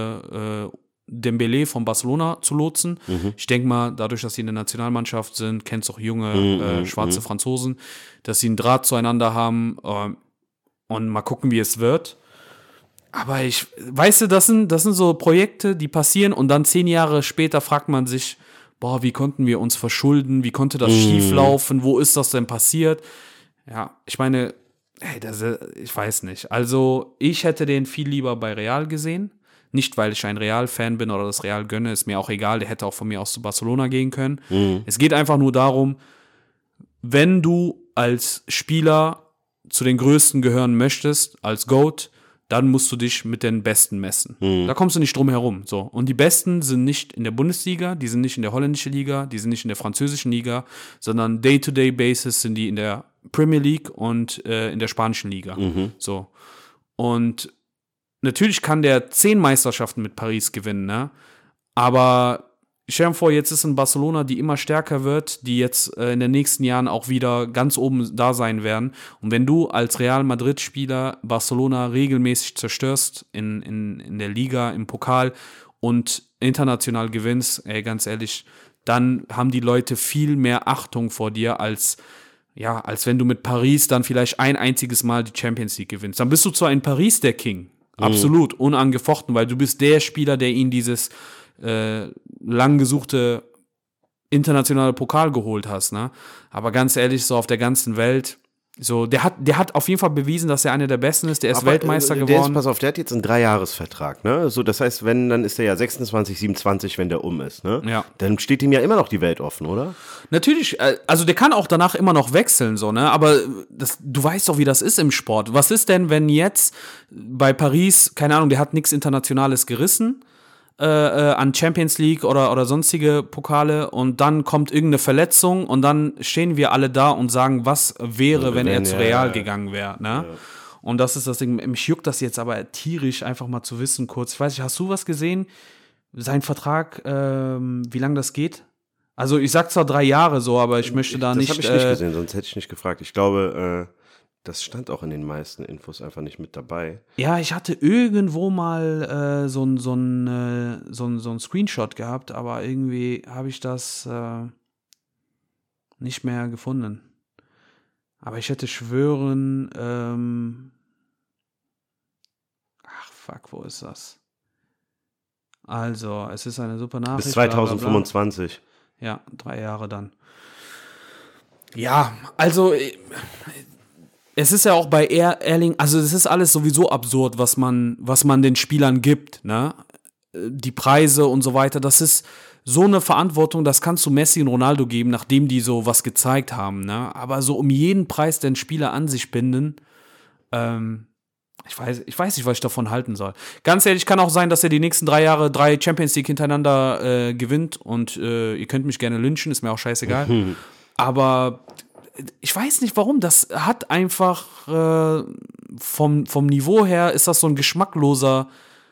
Dembélé von Barcelona zu lotsen. Ich denke mal, dadurch, dass sie in der Nationalmannschaft sind, kennst auch junge schwarze Franzosen, dass sie einen Draht zueinander haben. Und mal gucken, wie es wird. Aber weißt du, das sind so Projekte, die passieren und dann 10 Jahre später fragt man sich, boah, wie konnten wir uns verschulden? Wie konnte das schief laufen? Wo ist das denn passiert? Ja, ich meine, ich weiß nicht. Also, ich hätte den viel lieber bei Real gesehen. Nicht, weil ich ein Real-Fan bin oder das Real gönne, ist mir auch egal. Der hätte auch von mir aus zu Barcelona gehen können. Es geht einfach nur darum, wenn du als Spieler zu den Größten gehören möchtest, als GOAT, dann musst du dich mit den Besten messen. Da kommst du nicht drum herum. So. Und die Besten sind nicht in der Bundesliga, die sind nicht in der holländischen Liga, die sind nicht in der französischen Liga, sondern Day-to-Day-Basis sind die in der Premier League und in der spanischen Liga. So. Und natürlich kann der 10 Meisterschaften mit Paris gewinnen, ne? Aber stell dir vor, jetzt ist ein Barcelona, die immer stärker wird, die jetzt in den nächsten Jahren auch wieder ganz oben da sein werden. Und wenn du als Real Madrid-Spieler Barcelona regelmäßig zerstörst in der Liga, im Pokal und international gewinnst, ganz ehrlich, dann haben die Leute viel mehr Achtung vor dir, als wenn du mit Paris dann vielleicht ein einziges Mal die Champions League gewinnst. Dann bist du zwar in Paris der King, absolut, unangefochten, weil du bist der Spieler, der ihnen dieses lang gesuchte internationale Pokal geholt hast, ne? Aber ganz ehrlich, so auf der ganzen Welt, so, der hat auf jeden Fall bewiesen, dass er einer der Besten ist, der ist Weltmeister geworden. Pass auf, der hat jetzt einen 3-Jahres-Vertrag, ne? So, das heißt, dann ist er ja 26, 27, wenn der ist, ne? Ja. Dann steht ihm ja immer noch die Welt offen, oder? Natürlich, also der kann auch danach immer noch wechseln, so, ne? Aber du weißt doch, wie das ist im Sport. Was ist denn, wenn jetzt bei Paris, keine Ahnung, der hat nichts Internationales gerissen, an Champions League oder sonstige Pokale und dann kommt irgendeine Verletzung und dann stehen wir alle da und sagen, was wäre, wenn er zu Real gegangen wäre, ne? Ja. Und das ist das Ding, mich juckt das jetzt aber tierisch, einfach mal zu wissen, kurz, ich weiß nicht, hast du was gesehen? Sein Vertrag, wie lange das geht? Also ich sag zwar 3 Jahre so, aber ich möchte da nicht... Das habe ich nicht gesehen, sonst hätte ich nicht gefragt. Ich glaube, das stand auch in den meisten Infos einfach nicht mit dabei. Ja, ich hatte irgendwo mal so ein Screenshot gehabt, aber irgendwie habe ich das nicht mehr gefunden. Aber ich hätte schwören, ach fuck, wo ist das? Also, es ist eine super Nachricht. Bis 2025. Bla bla bla. Ja, 3 Jahre dann. Ja, also es ist ja auch bei Erling, also es ist alles sowieso absurd, was man den Spielern gibt, ne? Die Preise und so weiter, das ist so eine Verantwortung, das kannst du Messi und Ronaldo geben, nachdem die so was gezeigt haben, ne? Aber so um jeden Preis den Spieler an sich binden, ich weiß nicht, was ich davon halten soll. Ganz ehrlich, kann auch sein, dass er die nächsten 3 Jahre 3 Champions League hintereinander gewinnt und ihr könnt mich gerne lynchen, ist mir auch scheißegal. Aber ich weiß nicht warum, das hat einfach vom Niveau her ist das so ein geschmacklose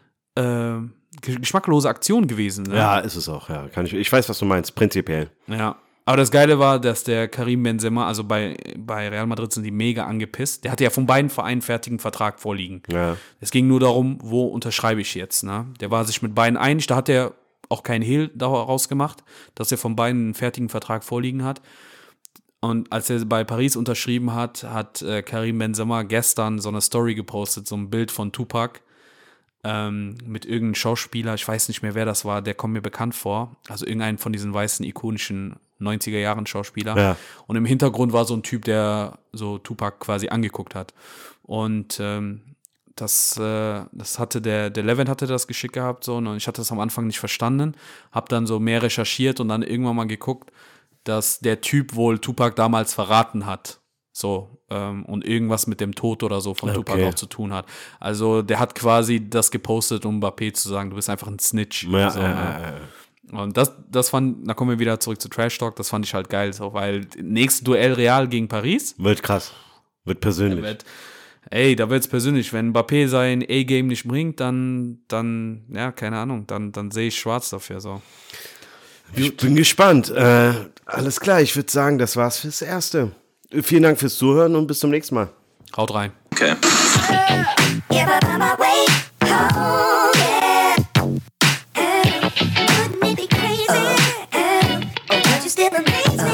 Aktion gewesen. Ne? Ja, ist es auch, ja. Ich weiß, was du meinst, prinzipiell. Ja. Aber das Geile war, dass der Karim Benzema, also bei Real Madrid sind die mega angepisst. Der hatte ja von beiden Vereinen fertigen Vertrag vorliegen. Ja. Es ging nur darum, wo unterschreibe ich jetzt. Ne? Der war sich mit beiden einig, da hat er auch keinen Hehl daraus gemacht, dass er von beiden einen fertigen Vertrag vorliegen hat. Und als er bei Paris unterschrieben hat, hat Karim Benzema gestern so eine Story gepostet, so ein Bild von Tupac mit irgendeinem Schauspieler, ich weiß nicht mehr, wer das war, der kommt mir bekannt vor. Also irgendein von diesen weißen, ikonischen 90er-Jahren-Schauspieler. Ja. Und im Hintergrund war so ein Typ, der so Tupac quasi angeguckt hat. Und das hatte der Levent hatte das geschickt gehabt, so, und ich hatte das am Anfang nicht verstanden, hab dann so mehr recherchiert und dann irgendwann mal geguckt, dass der Typ wohl Tupac damals verraten hat. So, und irgendwas mit dem Tod oder so von Tupac auch zu tun hat. Also der hat quasi das gepostet, um Mbappé zu sagen, du bist einfach ein Snitch. Ja, so, Und das fand, da kommen wir wieder zurück zu Trash Talk, das fand ich halt geil, so, weil nächstes Duell Real gegen Paris. Wird krass. Wird persönlich. Da wird's persönlich. Wenn Mbappé sein A-Game nicht bringt, dann, ja, keine Ahnung, dann sehe ich schwarz dafür, so. Ich bin gespannt. Alles klar, ich würde sagen, das war's fürs Erste. Vielen Dank fürs Zuhören und bis zum nächsten Mal. Haut rein. Okay.